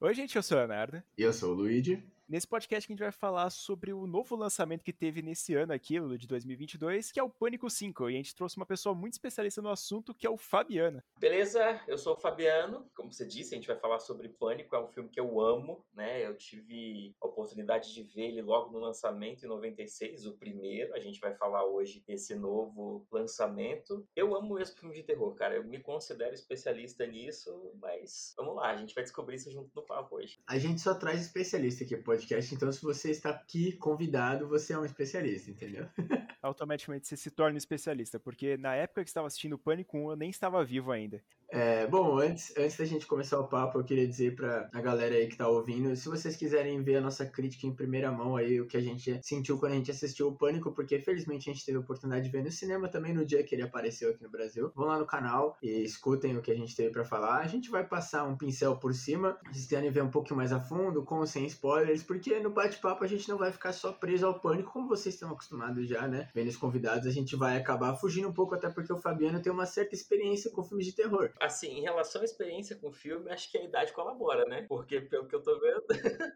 Oi, gente, eu sou o Leonardo. E eu sou o Luigi. Nesse podcast que a gente vai falar sobre o novo lançamento que teve nesse ano aqui, o de 2022, que é o Pânico 5. E a gente trouxe uma pessoa muito especialista no assunto, que é o Fabiano. Beleza, eu sou o Fabiano. Como você disse, a gente vai falar sobre Pânico, é um filme que eu amo, né? Eu tive a oportunidade de ver ele logo no lançamento em 96, o primeiro. A gente vai falar hoje desse novo lançamento. Eu amo mesmo filme de terror, cara. Eu me considero especialista nisso, mas vamos lá, a gente vai descobrir isso junto no papo hoje. A gente só traz especialista aqui no podcast, então se você está aqui convidado, você é um especialista, entendeu? Automaticamente você se torna um especialista, porque na época que estava assistindo o Pânico 1, eu nem estava vivo ainda. Bom, antes da gente começar o papo, eu queria dizer pra a galera aí que tá ouvindo, se vocês quiserem ver a nossa crítica em primeira mão aí, o que a gente sentiu quando a gente assistiu o Pânico, porque felizmente a gente teve a oportunidade de ver no cinema também no dia que ele apareceu aqui no Brasil. Vão lá no canal e escutem o que a gente teve pra falar. A gente vai passar um pincel por cima, se vocês quiserem ver um pouquinho mais a fundo, com ou sem spoilers, porque no bate-papo a gente não vai ficar só preso ao Pânico, como vocês estão acostumados já, né? Vendo os convidados, a gente vai acabar fugindo um pouco, até porque o Fabiano tem uma certa experiência com filmes de terror. Assim, em relação à experiência com o filme, acho que a idade colabora, né? Porque, pelo que eu tô vendo,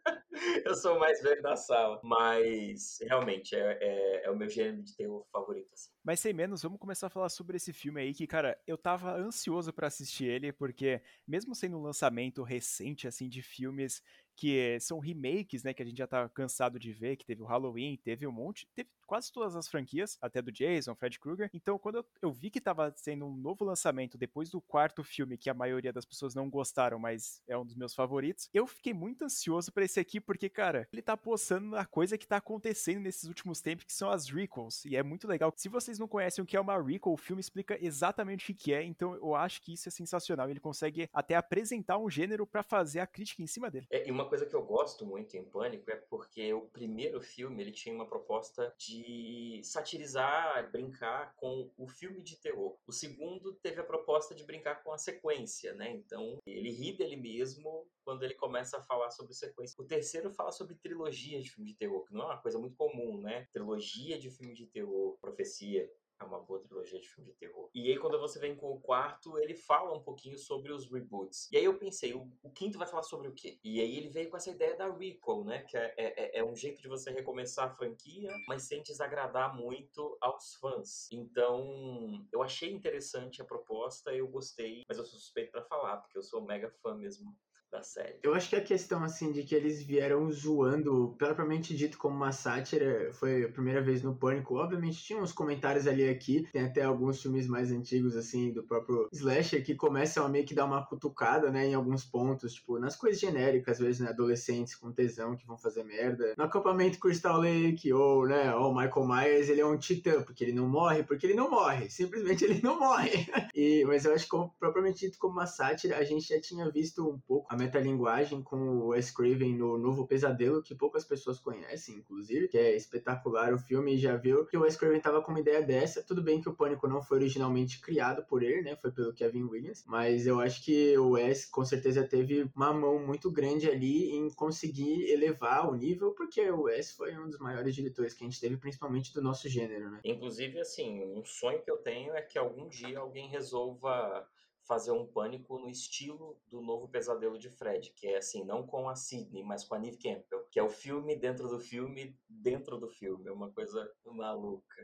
eu sou o mais velho da sala. Mas, realmente, é o meu gênero de terror favorito, assim. Mas sem menos, vamos começar a falar sobre esse filme aí, que, cara, eu tava ansioso pra assistir ele, porque mesmo sendo um lançamento recente, assim, de filmes que são remakes, né, que a gente já tá cansado de ver, que teve o Halloween, teve um monte, teve quase todas as franquias, até do Jason, Fred Krueger. Então, quando eu vi que tava sendo um novo lançamento depois do quarto filme, que a maioria das pessoas não gostaram, mas é um dos meus favoritos, eu fiquei muito ansioso pra esse aqui, porque, cara, ele tá apostando na coisa que tá acontecendo nesses últimos tempos, que são as requels, e é muito legal. Se vocês não conhecem o que é uma requel, o filme explica exatamente o que é, então eu acho que isso é sensacional. Ele consegue até apresentar um gênero pra fazer a crítica em cima dele. E uma coisa que eu gosto muito em Pânico é porque o primeiro filme ele tinha uma proposta de satirizar, brincar com o filme de terror. O segundo teve a proposta de brincar com a sequência, né? Então ele ri dele mesmo quando ele começa a falar sobre sequência. O terceiro fala sobre trilogia de filme de terror, que não é uma coisa muito comum, né? Trilogia de filme de terror, profecia. É uma boa trilogia de filme de terror. E aí, quando você vem com o quarto, ele fala um pouquinho sobre os reboots. E aí eu pensei, o quinto vai falar sobre o quê? E aí ele veio com essa ideia da requel, né? Que é um jeito de você recomeçar a franquia, mas sem desagradar muito aos fãs. Então, eu achei interessante a proposta, eu gostei, mas eu sou suspeito pra falar, porque eu sou mega fã mesmo da série. Eu acho que a questão, assim, de que eles vieram zoando, propriamente dito como uma sátira, foi a primeira vez no Pânico. Obviamente tinha uns comentários ali e aqui, tem até alguns filmes mais antigos, assim, do próprio Slasher, que começam a meio que dar uma cutucada, né, em alguns pontos, tipo, nas coisas genéricas, às vezes, né, adolescentes com tesão que vão fazer merda. No acampamento Crystal Lake, ou, né, o Michael Myers, ele é um titã, porque ele não morre, simplesmente ele não morre. Mas eu acho que, propriamente dito como uma sátira, a gente já tinha visto um pouco a metalinguagem com o Wes Craven no Novo Pesadelo, que poucas pessoas conhecem, inclusive, que é espetacular o filme, e já viu que o Wes Craven tava com uma ideia dessa. Tudo bem que o Pânico não foi originalmente criado por ele, né, foi pelo Kevin Williams, mas eu acho que o Wes com certeza teve uma mão muito grande ali em conseguir elevar o nível, porque o Wes foi um dos maiores diretores que a gente teve, principalmente do nosso gênero, né. Inclusive, assim, um sonho que eu tenho é que algum dia alguém resolva fazer um Pânico no estilo do Novo Pesadelo de Fred, que é assim, não com a Sidney, mas com a Neve Campbell, que é o filme dentro do filme dentro do filme, é uma coisa maluca.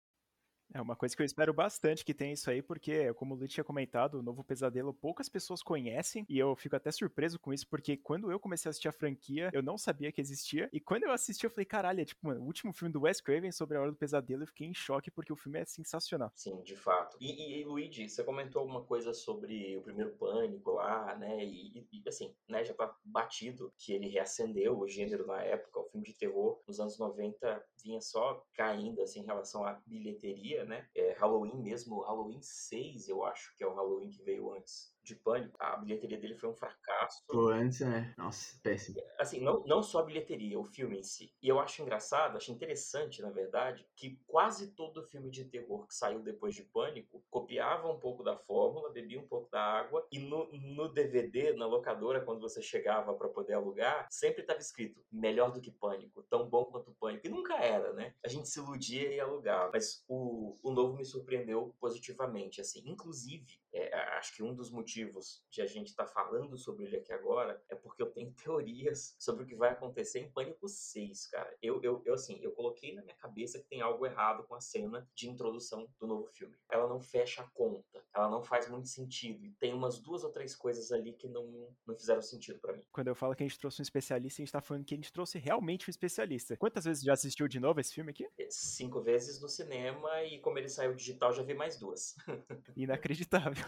É uma coisa que eu espero bastante que tenha isso aí, porque, como o Luiz tinha comentado, o Novo Pesadelo poucas pessoas conhecem, e eu fico até surpreso com isso, porque quando eu comecei a assistir a franquia, eu não sabia que existia, e quando eu assisti, eu falei, caralho, é tipo, mano, o último filme do Wes Craven sobre a Hora do Pesadelo, eu fiquei em choque, porque o filme é sensacional. Sim, de fato. E Luigi, você comentou alguma coisa sobre o primeiro Pânico lá, né? Assim, né, já tá batido que ele reacendeu o gênero na época. O filme de terror nos anos 90 vinha só caindo, assim, em relação à bilheteria, né? Halloween mesmo, Halloween 6, eu acho que é o Halloween que veio antes de Pânico. A bilheteria dele foi um fracasso. Pô, antes, né, nossa, péssimo. Assim, não só a bilheteria, o filme em si. E eu acho engraçado, acho interessante, na verdade, que quase todo filme de terror que saiu depois de Pânico copiava um pouco da fórmula, bebia um pouco da água, e no DVD, na locadora, quando você chegava para poder alugar, sempre estava escrito melhor do que Pânico, tão bom quanto Pânico. E nunca era, né? A gente se iludia e alugava. Mas o novo me surpreendeu positivamente, assim. Inclusive, acho que um dos motivos motivos de a gente estar falando sobre ele aqui agora é porque eu tenho teorias sobre o que vai acontecer em Pânico 6, cara. Eu coloquei na minha cabeça que tem algo errado com a cena de introdução do novo filme. Ela não fecha a conta, ela não faz muito sentido. E tem umas 2 ou 3 coisas ali que não fizeram sentido pra mim. Quando eu falo que a gente trouxe um especialista, a gente tá falando que a gente trouxe realmente um especialista. Quantas vezes já assistiu de novo esse filme aqui? 5 vezes no cinema e como ele saiu digital, já vi mais 2. Inacreditável.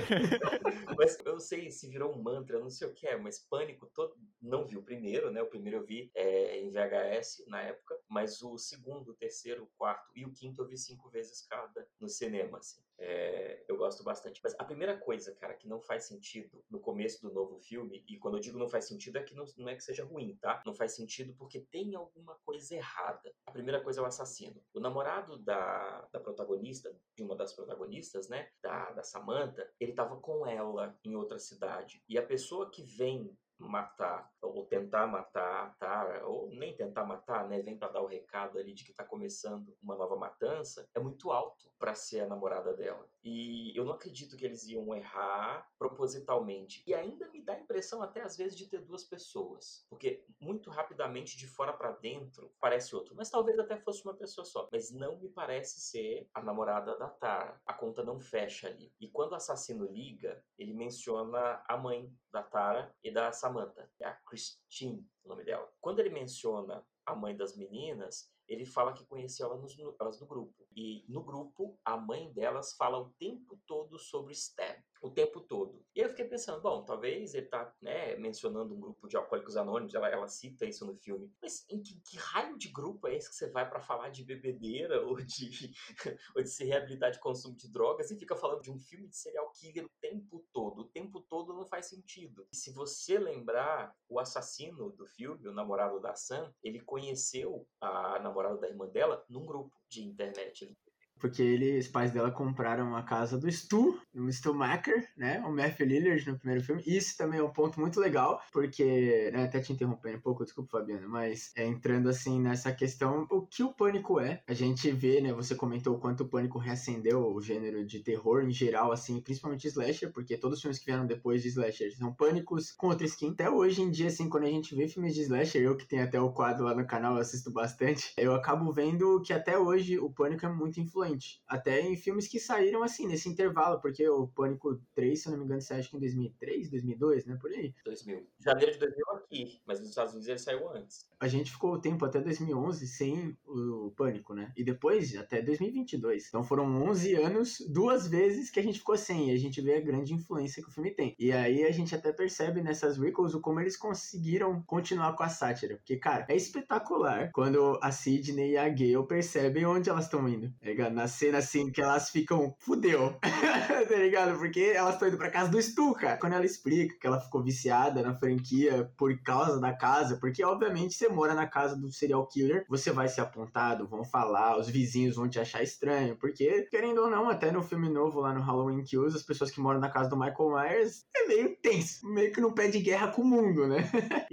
Mas eu não sei se virou um mantra, eu não sei o que é, mas Pânico, não vi o primeiro, né? O primeiro eu vi em VHS na época, mas o segundo, o terceiro, o quarto e o quinto eu vi 5 vezes cada no cinema, assim. Eu gosto bastante. Mas a primeira coisa, cara, que não faz sentido no começo do novo filme, e quando eu digo não faz sentido é que não é que seja ruim, tá? Não faz sentido porque tem alguma coisa errada. A primeira coisa é o assassino. O namorado da protagonista, de uma das protagonistas, né? Da Samantha, ele tava com ela em outra cidade. E a pessoa que vem matar, ou tentar matar, tá? Ou nem tentar matar, né? Vem para dar o recado ali de que tá começando uma nova matança, é muito alto para ser a namorada dela. E eu não acredito que eles iam errar propositalmente. E ainda me dá a impressão até às vezes de ter 2 pessoas, porque muito rapidamente de fora para dentro parece outro, mas talvez até fosse uma pessoa só, mas não me parece ser a namorada da Tara. A conta não fecha ali. E quando o assassino liga, ele menciona a mãe da Tara e da Samantha, é a Christine, o nome dela. Quando ele menciona a mãe das meninas, ele fala que conheceu elas no grupo. E no grupo, a mãe delas fala o tempo todo sobre Stab. O tempo todo. E eu fiquei pensando, bom, talvez ele tá, né, mencionando um grupo de alcoólicos anônimos, ela cita isso no filme. Mas em que raio de grupo é esse que você vai para falar de bebedeira ou ou de se reabilitar de consumo de drogas e fica falando de um filme de serial killer o tempo todo? O tempo todo não faz sentido. E se você lembrar, o assassino do filme, o namorado da Sam, ele conheceu a namorada da irmã dela num grupo de internet. Porque os pais dela compraram a casa do Stu, o Stu Macher, né? O Matthew Lillard no primeiro filme. Isso também é um ponto muito legal, porque, né, até te interrompendo um pouco, desculpa, Fabiana, mas entrando assim nessa questão, o que o Pânico é? A gente vê, né? Você comentou o quanto o Pânico reacendeu o gênero de terror em geral, assim, principalmente slasher, porque todos os filmes que vieram depois de slasher são Pânicos com outra skin. Até hoje em dia, assim, quando a gente vê filmes de slasher, eu que tenho até o quadro lá no canal, eu assisto bastante, eu acabo vendo que até hoje o Pânico é muito influente. Até em filmes que saíram assim, nesse intervalo, porque o Pânico 3, se eu não me engano, saiu acho que em 2003, 2002, né? Por aí. 2000. Janeiro de 2000 aqui, mas nos Estados Unidos ele saiu antes. A gente ficou o tempo até 2011 sem o Pânico, né? E depois até 2022. Então foram 11 anos, 2 vezes que a gente ficou sem. E a gente vê a grande influência que o filme tem. E aí a gente até percebe nessas requels como eles conseguiram continuar com a sátira. Porque, cara, é espetacular quando a Sidney e a Gale percebem onde elas estão indo. Tá ligado? Na cena assim que elas ficam, fudeu. Tá ligado? Porque elas estão indo pra casa do Stu, cara. Quando ela explica que ela ficou viciada na franquia por causa da casa, porque obviamente você mora na casa do serial killer, você vai ser apontado, vão falar, os vizinhos vão te achar estranho, porque, querendo ou não, até no filme novo lá no Halloween Kills, as pessoas que moram na casa do Michael Myers é meio tenso, meio que não pede guerra com o mundo, né?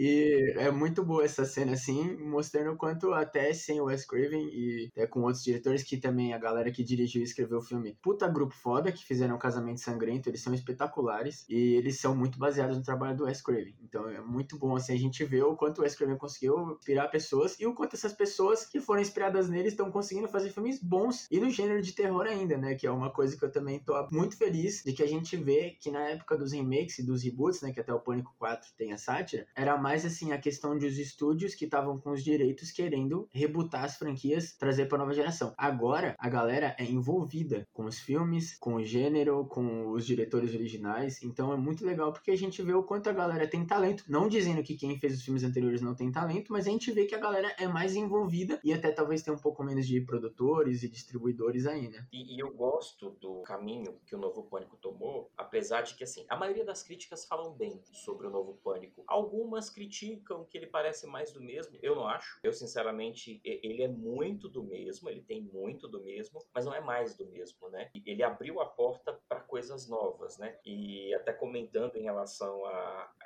E é muito boa essa cena, assim, mostrando o quanto até sem o Wes Craven e até com outros diretores que também a galera que dirigiu e escreveu o filme, puta grupo foda, que fizeram Casamento Sangrento, eles são espetaculares e eles são muito baseados no trabalho do Wes Craven. Então é muito bom, assim, a gente vê o quanto o Wes Craven conseguiu inspirar pessoas e o quanto essas pessoas que foram inspiradas nele estão conseguindo fazer filmes bons e no gênero de terror ainda, né? Que é uma coisa que eu também tô muito feliz de que a gente vê que na época dos remakes e dos reboots, né? Que até o Pânico 4 tem a sátira, era mais assim a questão de os estúdios que estavam com os direitos querendo rebootar as franquias, trazer pra nova geração. Agora, a galera é envolvida com os filmes, com o gênero, com os diretores originais, então é muito legal porque a gente vê o quanto a galera tem talento, não dizendo que quem fez os filmes anteriores não tem talento, mas a gente vê que a galera é mais envolvida e até talvez tenha um pouco menos de produtores e distribuidores aí, né? E eu gosto do caminho que o Novo Pânico tomou, apesar de que, assim, a maioria das críticas falam bem sobre o Novo Pânico. Algumas criticam que ele parece mais do mesmo, eu não acho. Eu, sinceramente, ele é muito do mesmo, ele tem muito do mesmo, mas não é mais do mesmo, né? Ele abriu a porta para coisas novas, né? E até comentando em relação a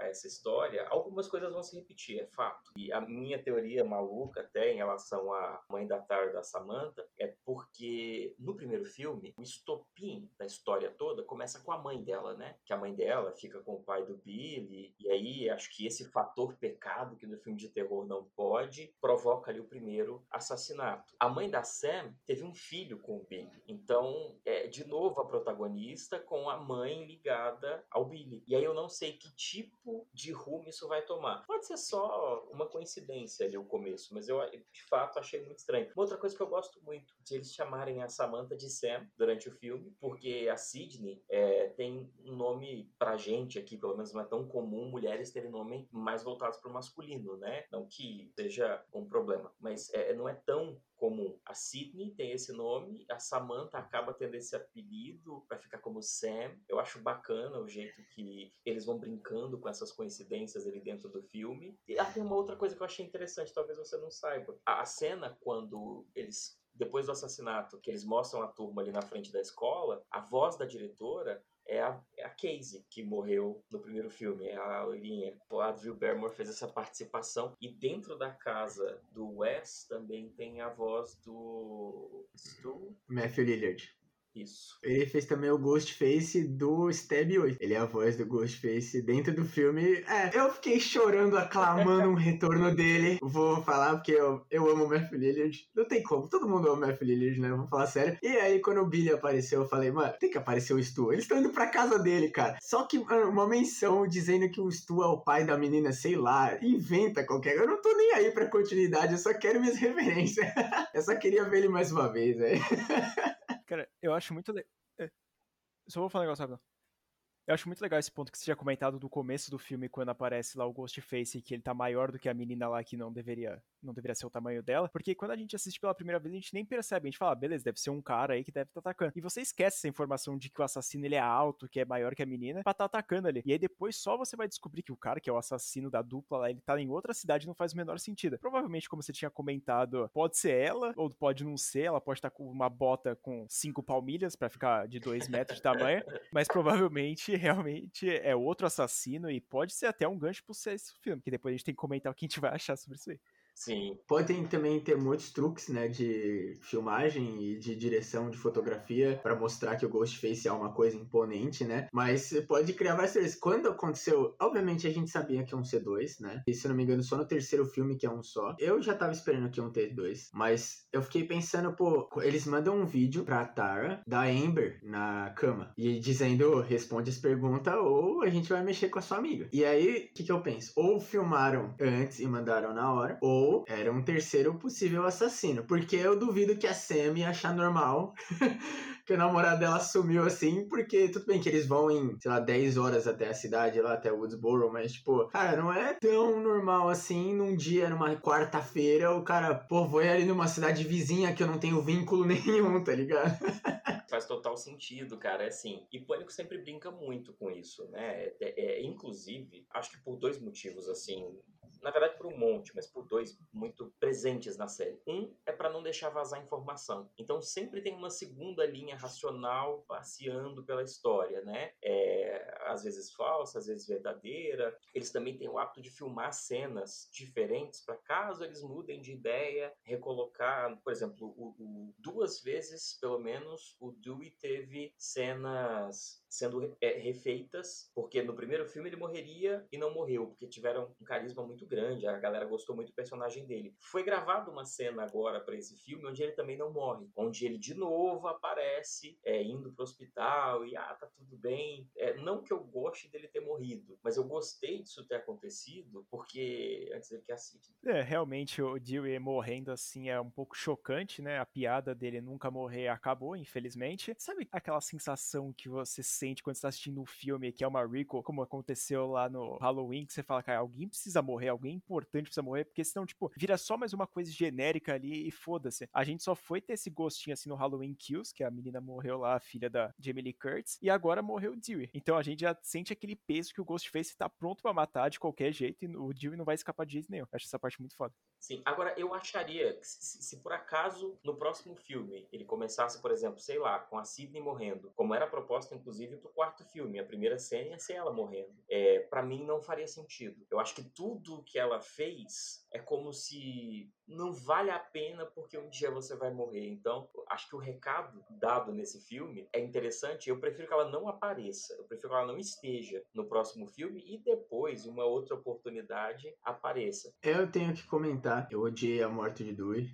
a essa história, algumas coisas vão se repetir, é fato. E a minha teoria maluca até em relação à mãe da Tara e da Samantha é porque no primeiro filme, o estopim da história toda começa com a mãe dela, né? Que a mãe dela fica com o pai do Billy, e aí acho que esse fator pecado, que no filme de terror não pode, provoca ali o primeiro assassinato. A mãe da Sam teve um filho com o Billy, então é de novo a protagonista com a mãe ligada ao Billy. E aí eu não sei que tipo de rumo isso vai tomar. Pode ser só uma coincidência ali o começo, mas eu de fato achei muito estranho. Uma outra coisa que eu gosto muito de eles chamarem a Samantha de Sam durante o filme, porque a Sydney tem um nome pra gente aqui, pelo menos não é tão comum mulheres terem nome mais voltados pro masculino, né? Não que seja um problema, mas não é tão comum. A Sydney tem esse nome, a Samantha acaba tendo esse apelido para ficar como Sam. Eu acho bacana o jeito que eles vão brincando com essas coincidências ali dentro do filme. E tem uma outra coisa que eu achei interessante, talvez você não saiba. A cena quando eles, depois do assassinato, que eles mostram a turma ali na frente da escola, a voz da diretora é a Casey, que morreu no primeiro filme, é a loirinha. A Drew Barrymore fez essa participação. E dentro da casa do Wes também tem a voz do Stu. Matthew Lillard. Isso. Ele fez também o Ghostface do Stab 8. Ele é a voz do Ghostface dentro do filme. Eu fiquei chorando, aclamando um retorno dele. Vou falar porque eu amo o Matthew Lillard. Não tem como, todo mundo ama o Matthew Lillard, né? Vou falar sério. E aí, quando o Billy apareceu, eu falei, mano, tem que aparecer o Stu. Eles estão indo pra casa dele, cara. Só que, mano, uma menção dizendo que o Stu é o pai da menina, sei lá, inventa qualquer... Eu não tô nem aí pra continuidade, eu só quero minhas referências. Eu só queria ver ele mais uma vez, velho. Cara, eu acho muito... Só vou falar um negócio rápido. Eu acho muito legal esse ponto que você tinha comentado do começo do filme, quando aparece lá o Ghostface, que ele tá maior do que a menina lá, que não deveria ser o tamanho dela. Porque quando a gente assiste pela primeira vez, a gente nem percebe. A gente fala, beleza, deve ser um cara aí que deve estar atacando. E você esquece essa informação de que o assassino ele é alto, que é maior que a menina, pra estar atacando ali. E aí depois só você vai descobrir que o cara, que é o assassino da dupla lá, ele tá em outra cidade, não faz o menor sentido. Provavelmente, como você tinha comentado, pode ser ela, ou pode não ser. Ela pode estar com uma bota com 5 palmilhas pra ficar de 2 metros de tamanho. Mas provavelmente, realmente, é outro assassino e pode ser até um gancho pro sexto filme, que depois a gente tem que comentar o que a gente vai achar sobre isso aí. Sim. Podem também ter muitos truques, né, de filmagem e de direção de fotografia para mostrar que o Ghostface é uma coisa imponente, né? Mas você pode criar várias teorias. Quando aconteceu, obviamente a gente sabia que iam ser 2, né? E se eu não me engano, só no terceiro filme que é um só. Eu já tava esperando que iam ter 2, mas eu fiquei pensando, pô, eles mandam um vídeo pra Tara da Amber na cama e dizendo, responde as perguntas ou a gente vai mexer com a sua amiga. E aí, o que eu penso? Ou filmaram antes e mandaram na hora, ou era um terceiro possível assassino. Porque eu duvido que a Sam ia achar normal que o namorado dela sumiu assim, porque tudo bem que eles vão em, sei lá, 10 horas até a cidade, lá até Woodsboro, mas, tipo, cara, não é tão normal assim, num dia, numa quarta-feira, o cara, pô, vou ali numa cidade vizinha que eu não tenho vínculo nenhum, tá ligado? Faz total sentido, cara, é assim. E Pânico sempre brinca muito com isso, né? Inclusive, acho que por 2 motivos, assim, na verdade por um monte, mas por 2 muito presentes na série. Um é para não deixar vazar informação. Então sempre tem uma segunda linha racional passeando pela história, né? Às vezes falsa, às vezes verdadeira. Eles também têm o hábito de filmar cenas diferentes para caso eles mudem de ideia, recolocar, por exemplo, 2 vezes, pelo menos, o Dewey teve cenas sendo refeitas, porque no primeiro filme ele morreria e não morreu, porque tiveram um carisma muito grande, a galera gostou muito do personagem dele. Foi gravada uma cena agora para esse filme onde ele também não morre, onde ele de novo aparece indo pro hospital e tá tudo bem. Não que eu goste dele ter morrido, mas eu gostei disso ter acontecido, porque antes ele que assiste. Realmente o Dewey morrendo assim é um pouco chocante, né? A piada dele nunca morrer acabou, infelizmente. Sabe aquela sensação que você sente quando você tá assistindo um filme que é uma recall, como aconteceu lá no Halloween, que você fala, cara, alguém precisa morrer alguém importante precisa morrer, porque senão, tipo, vira só mais uma coisa genérica ali e foda-se. A gente só foi ter esse gostinho assim no Halloween Kills, que a menina morreu lá, a filha da Jamie Lee Curtis, e agora morreu o Dewey. Então a gente já sente aquele peso que o Ghostface tá pronto pra matar de qualquer jeito e o Dewey não vai escapar de jeito nenhum. Acho essa parte muito foda. Sim, agora eu acharia que se por acaso no próximo filme ele começasse, por exemplo, sei lá, com a Sidney morrendo, como era a proposta inclusive pro quarto filme, a primeira cena ia ser ela morrendo. Para mim não faria sentido. Eu acho que tudo que ela fez é como se não vale a pena porque um dia você vai morrer. Então, acho que o recado dado nesse filme é interessante. Eu prefiro que ela não apareça, eu prefiro que ela não esteja no próximo filme e depois, em uma outra oportunidade, apareça. Eu tenho que comentar, eu odiei a morte de Dewey.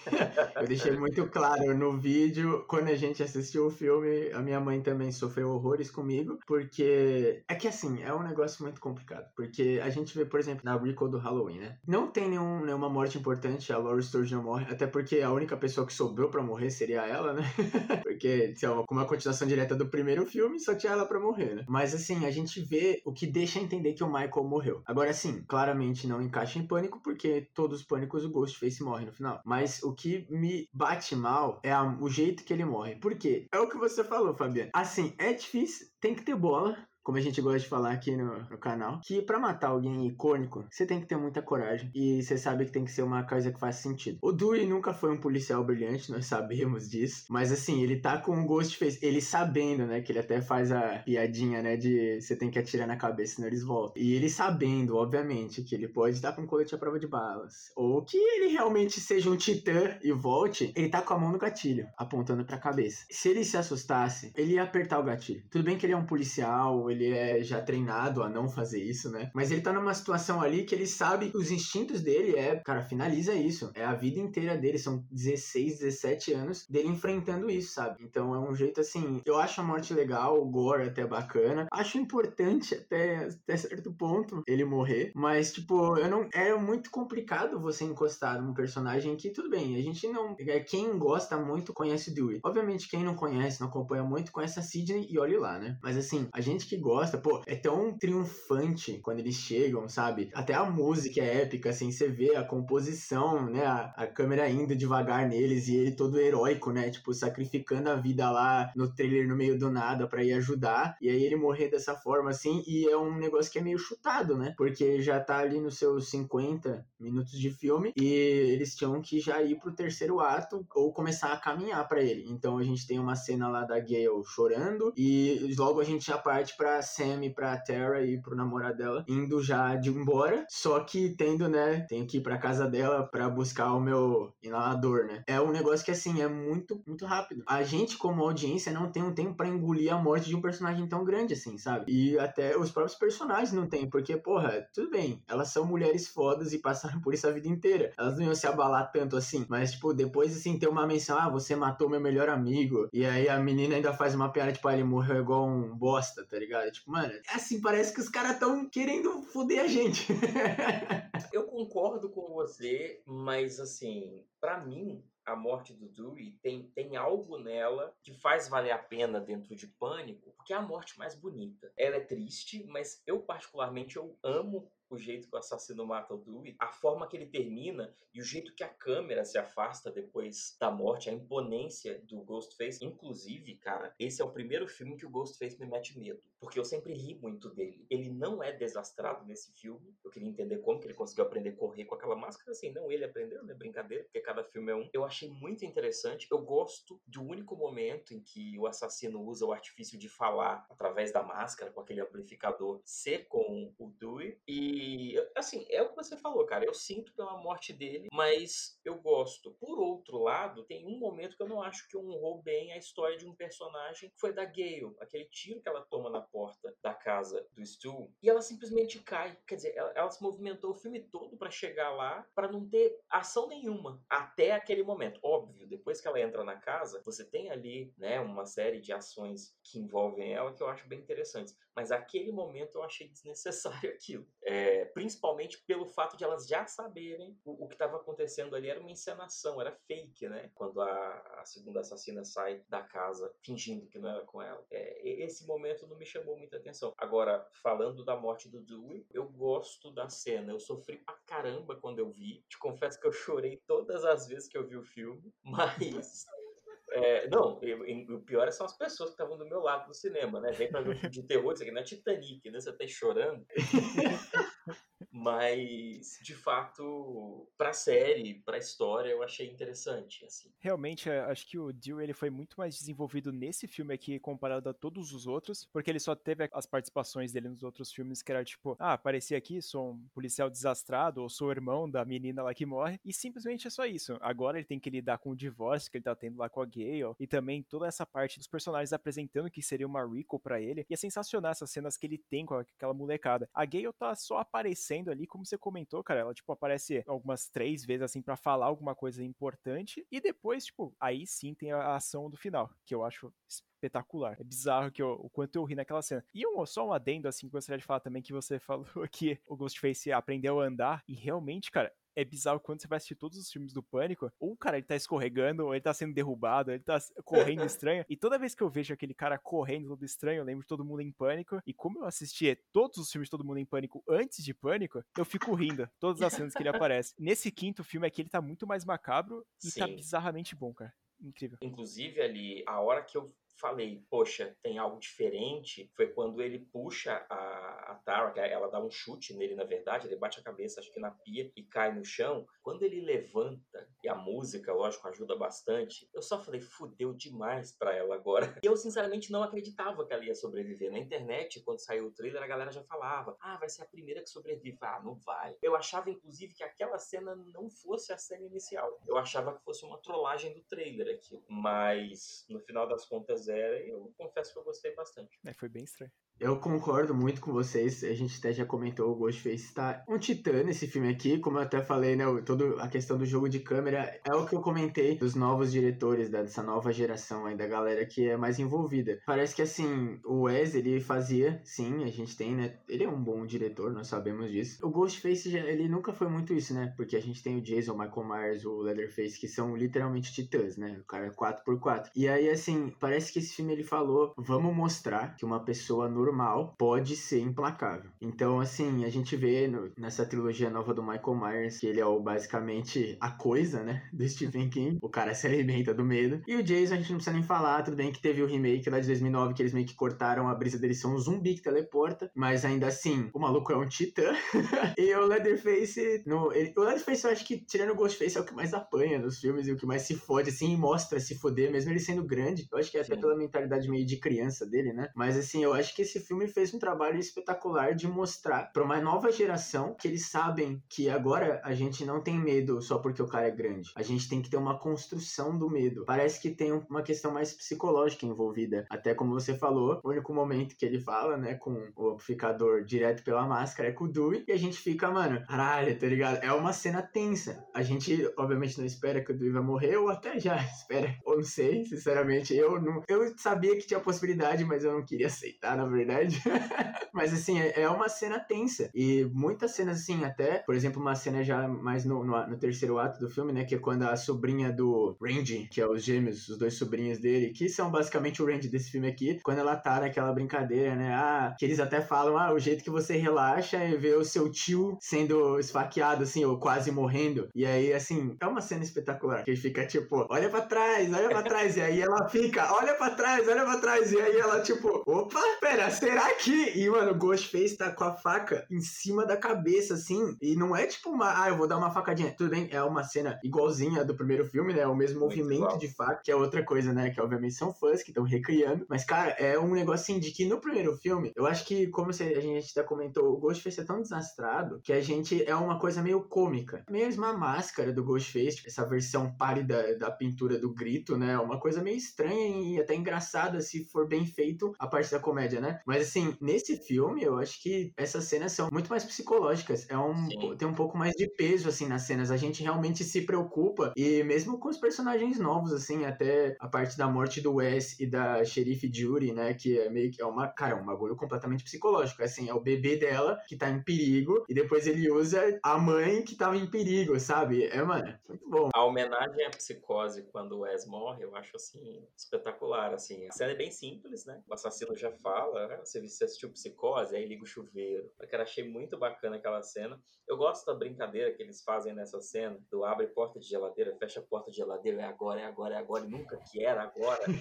Eu deixei muito claro no vídeo, quando a gente assistiu o filme, a minha mãe também sofreu horrores comigo, porque é que assim, é um negócio muito complicado, porque a gente vê, por exemplo, na recall do Halloween, né? Não tem nenhuma morte importante, a Laurie Strode não morre, até porque a única pessoa que sobrou pra morrer seria ela, né? Porque, sei lá, como uma continuação direta do primeiro filme, só tinha ela pra morrer, né? Mas assim, a gente vê o que deixa entender que o Michael morreu. Agora sim, claramente não encaixa em Pânico, porque todos os Pânicos o Ghostface morre no final. Mas o que me bate mal é o jeito que ele morre. Por quê? É o que você falou, Fabiano. Assim, é difícil, tem que ter bola, como a gente gosta de falar aqui no canal, que pra matar alguém icônico, você tem que ter muita coragem. E você sabe que tem que ser uma coisa que faz sentido. O Dewey nunca foi um policial brilhante, nós sabemos disso. Mas assim, ele tá com um Ghostface, ele sabendo, né, que ele até faz a piadinha, né, de você tem que atirar na cabeça, senão eles voltam. E ele sabendo, obviamente, que ele pode estar com colete à prova de balas. Ou que ele realmente seja um titã e volte, ele tá com a mão no gatilho, apontando pra cabeça. Se ele se assustasse, ele ia apertar o gatilho. Tudo bem que ele é um policial, ele é já treinado a não fazer isso, né? Mas ele tá numa situação ali que ele sabe que os instintos dele cara, finaliza isso. É a vida inteira dele, são 16, 17 anos dele enfrentando isso, sabe? Então é um jeito assim, eu acho a morte legal, o gore até bacana. Acho importante até certo ponto ele morrer, mas tipo, é muito complicado você encostar num personagem que, tudo bem, a gente não, quem gosta muito conhece o Dewey. Obviamente quem não conhece, não acompanha muito, conhece a Sidney e olhe lá, né? Mas assim, a gente que gosta, pô, é tão triunfante quando eles chegam, sabe? Até a música é épica, assim, você vê a composição, né? A câmera indo devagar neles e ele todo heróico, né? Tipo, sacrificando a vida lá no trailer no meio do nada pra ir ajudar. E aí ele morrer dessa forma, assim, e é um negócio que é meio chutado, né? Porque já tá ali nos seus 50 minutos de filme e eles tinham que já ir pro terceiro ato ou começar a caminhar pra ele. Então a gente tem uma cena lá da Gale chorando e logo a gente já parte pra Sam e pra Tara e pro namorado dela indo já de embora, só que tendo, né, tenho que ir pra casa dela pra buscar o meu inalador, né? É um negócio que, assim, é muito, muito rápido. A gente, como audiência, não tem um tempo pra engolir a morte de um personagem tão grande, assim, sabe? E até os próprios personagens não tem, porque, porra, tudo bem, elas são mulheres fodas e passaram por isso a vida inteira. Elas não iam se abalar tanto assim, mas, tipo, depois, assim, ter uma menção, você matou meu melhor amigo, e aí a menina ainda faz uma piada, tipo, ele morreu igual um bosta, tá ligado? Tipo, mano, assim, parece que os caras tão querendo foder a gente. Eu concordo com você, mas assim, pra mim, a morte do Dewey tem algo nela que faz valer a pena dentro de Pânico, porque é a morte mais bonita. Ela é triste, mas eu particularmente eu amo o jeito que o assassino mata o Dewey, a forma que ele termina e o jeito que a câmera se afasta depois da morte, a imponência do Ghostface. Inclusive, cara, esse é o primeiro filme que o Ghostface me mete medo, porque eu sempre ri muito dele. Ele não é desastrado nesse filme. Eu queria entender como que ele conseguiu aprender a correr com aquela máscara, assim, não ele aprendeu, né? Brincadeira, porque cada filme é um. Eu achei muito interessante. Eu gosto do único momento em que o assassino usa o artifício de falar através da máscara, com aquele amplificador, ser com o Dewey. E, assim, é o que você falou, cara. Eu sinto pela morte dele, mas eu gosto. Por outro lado, tem um momento que eu não acho que honrou bem a história de um personagem, que foi da Gale. Aquele tiro que ela toma na porta da casa do Stu, e ela simplesmente cai. Quer dizer, ela se movimentou o filme todo pra chegar lá, pra não ter ação nenhuma, até aquele momento. Óbvio, depois que ela entra na casa, você tem ali, né, uma série de ações que envolvem ela que eu acho bem interessantes. Mas aquele momento eu achei desnecessário aquilo. Principalmente pelo fato de elas já saberem o que estava acontecendo ali era uma encenação, era fake, né? Quando a segunda assassina sai da casa fingindo que não era com ela. Esse momento não me chamou muita atenção. Agora, falando da morte do Dewey, eu gosto da cena. Eu sofri pra caramba quando eu vi. Te confesso que eu chorei todas as vezes que eu vi o filme, mas... não, o pior são as pessoas que estavam do meu lado no cinema, né? Vem pra ver um filme de terror, isso aqui não é Titanic, né? Você tá aí chorando. Mas, de fato, pra série, pra história, eu achei interessante, assim. Realmente, acho que o Dio ele foi muito mais desenvolvido nesse filme aqui comparado a todos os outros, porque ele só teve as participações dele nos outros filmes que era tipo, apareci aqui, sou um policial desastrado, ou sou o irmão da menina lá que morre, e simplesmente é só isso. Agora ele tem que lidar com o divórcio que ele tá tendo lá com a Gale, e também toda essa parte dos personagens apresentando que seria uma recall pra ele, e é sensacional essas cenas que ele tem com aquela molecada. A Gale tá só aparecendo ali, como você comentou, cara, ela tipo aparece algumas 3 vezes assim pra falar alguma coisa importante, e depois, tipo, aí sim tem a ação do final, que eu acho espetacular. É bizarro o quanto eu ri naquela cena. E só um adendo, assim, que eu gostaria de falar também, que você falou que o Ghostface aprendeu a andar, e realmente, cara, é bizarro quando você vai assistir todos os filmes do Pânico, ou o cara ele tá escorregando, ou ele tá sendo derrubado, ou ele tá correndo estranho, e toda vez que eu vejo aquele cara correndo todo estranho, eu lembro de Todo Mundo em Pânico, e como eu assisti todos os filmes de Todo Mundo em Pânico antes de Pânico, eu fico rindo, todas as cenas que ele aparece. Nesse quinto filme aqui, ele tá muito mais macabro, e tá Sim. bizarramente bom, cara. Incrível. Inclusive ali, a hora que eu falei, poxa, tem algo diferente, foi quando ele puxa a Tara, que ela dá um chute nele, na verdade, ele bate a cabeça, acho que na pia, e cai no chão. Quando ele levanta, e a música, lógico, ajuda bastante, eu só falei, fudeu demais pra ela agora. E eu, sinceramente, não acreditava que ela ia sobreviver. Na internet, quando saiu o trailer, a galera já falava, vai ser a primeira que sobrevive. Não vai. Eu achava, inclusive, que aquela cena não fosse a cena inicial. Eu achava que fosse uma trollagem do trailer aquilo. Mas, no final das contas, eu confesso que eu gostei bastante. Foi bem estranho. Eu concordo muito com vocês, a gente até já comentou, o Ghostface tá um titã nesse filme aqui, como eu até falei, né, toda a questão do jogo de câmera é o que eu comentei dos novos diretores, dessa nova geração aí, da galera que é mais envolvida. Parece que, assim, o Wes, ele fazia, sim, a gente tem, né, ele é um bom diretor, nós sabemos disso. O Ghostface, ele nunca foi muito isso, né, porque a gente tem o Jason, o Michael Myers, o Leatherface, que são literalmente titãs, né, o cara é 4x4. E aí, assim, parece que esse filme, ele falou, vamos mostrar que uma pessoa normal pode ser implacável. Então, assim, a gente vê nessa trilogia nova do Michael Myers que ele é basicamente a coisa, né, do Stephen King. O cara se alimenta do medo. E o Jason, a gente não precisa nem falar, tudo bem que teve o remake lá de 2009, que eles meio que cortaram a brisa deles, são um zumbi que teleporta, mas ainda assim, o maluco é um titã. E o Leatherface, o Leatherface eu acho que, tirando o Ghostface, é o que mais apanha nos filmes e o que mais se fode, assim, e mostra se foder, mesmo ele sendo grande. Eu acho que é até pela mentalidade meio de criança dele, né? Mas, assim, eu acho que esse filme fez um trabalho espetacular de mostrar para uma nova geração que eles sabem que agora a gente não tem medo só porque o cara é grande. A gente tem que ter uma construção do medo. Parece que tem uma questão mais psicológica envolvida. Até como você falou, o único momento que ele fala, né, com o amplificador direto pela máscara é com o Dewey, e a gente fica, mano, caralho, tá ligado? É uma cena tensa. A gente, obviamente, não espera que o Dewey vai morrer, ou até já espera, ou não sei, sinceramente, eu sabia que tinha possibilidade, mas eu não queria aceitar, na verdade. Mas, assim, é uma cena tensa. E muitas cenas, assim, até, por exemplo, uma cena já mais no terceiro ato do filme, né, que é quando a sobrinha do Randy, que é os gêmeos, os dois sobrinhos dele, que são basicamente o Randy desse filme aqui, quando ela tá naquela brincadeira, né, que eles até falam, o jeito que você relaxa é ver o seu tio sendo esfaqueado, assim, ou quase morrendo. E aí, assim, é uma cena espetacular, que ele fica, tipo, olha pra trás, e aí ela fica, olha pra trás, e aí ela, tipo, opa, pera, será que... E, mano, o Ghostface tá com a faca em cima da cabeça, assim, e não é tipo eu vou dar uma facadinha. Tudo bem, é uma cena igualzinha do primeiro filme, né, o mesmo Muito movimento igual. de faca, que é outra coisa, né, que obviamente são fãs que estão recriando, mas, cara, é um negócio assim, de que no primeiro filme, eu acho que, como a gente até comentou, o Ghostface é tão desastrado, que a gente é uma coisa meio cômica. Mesmo a máscara do Ghostface, essa versão pálida da pintura do grito, né, uma coisa meio estranha e até engraçada, se for bem feito a parte da comédia, né, Mas assim, nesse filme, eu acho que essas cenas são muito mais psicológicas. Sim. Tem um pouco mais de peso, assim, nas cenas. A gente realmente se preocupa. E mesmo com os personagens novos, assim, até a parte da morte do Wes e da xerife Judy, né? Que é meio que um bagulho completamente psicológico. Assim, é o bebê dela que tá em perigo. E depois ele usa a mãe que tava em perigo, sabe? Mano, muito bom. A homenagem à psicose quando o Wes morre, eu acho, assim, espetacular, assim. A cena é bem simples, né? O assassino já fala, né? Você assistiu Psicose, aí liga o chuveiro. Eu achei muito bacana aquela cena. Eu gosto da brincadeira que eles fazem nessa cena, do abre porta de geladeira, fecha porta de geladeira, é agora, é agora, é agora, e nunca que era agora.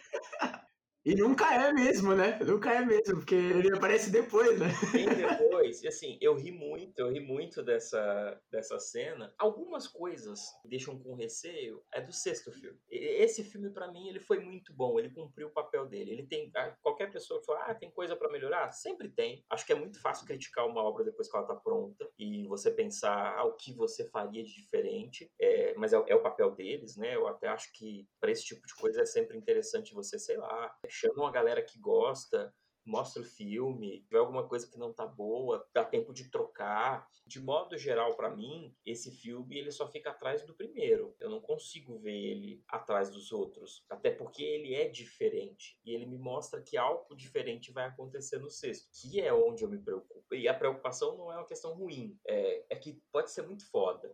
E nunca é mesmo, né? Nunca é mesmo, porque ele aparece depois, né? Bem depois, e assim, eu ri muito dessa cena. Algumas coisas que deixam com receio é do sexto filme. Esse filme, pra mim, ele foi muito bom, ele cumpriu o papel dele. Ele tem, qualquer pessoa que fala, tem coisa pra melhorar? Sempre tem. Acho que é muito fácil criticar uma obra depois que ela tá pronta e você pensar o que você faria de diferente, mas é o papel deles, né? Eu até acho que pra esse tipo de coisa é sempre interessante você, sei lá, chama uma galera que gosta, mostra o filme, vê alguma coisa que não tá boa, dá tempo de trocar. De modo geral, pra mim, esse filme ele só fica atrás do primeiro. Eu não consigo ver ele atrás dos outros, até porque ele é diferente e ele me mostra que algo diferente vai acontecer no sexto, que é onde eu me preocupo. E a preocupação não é uma questão ruim, é que pode ser muito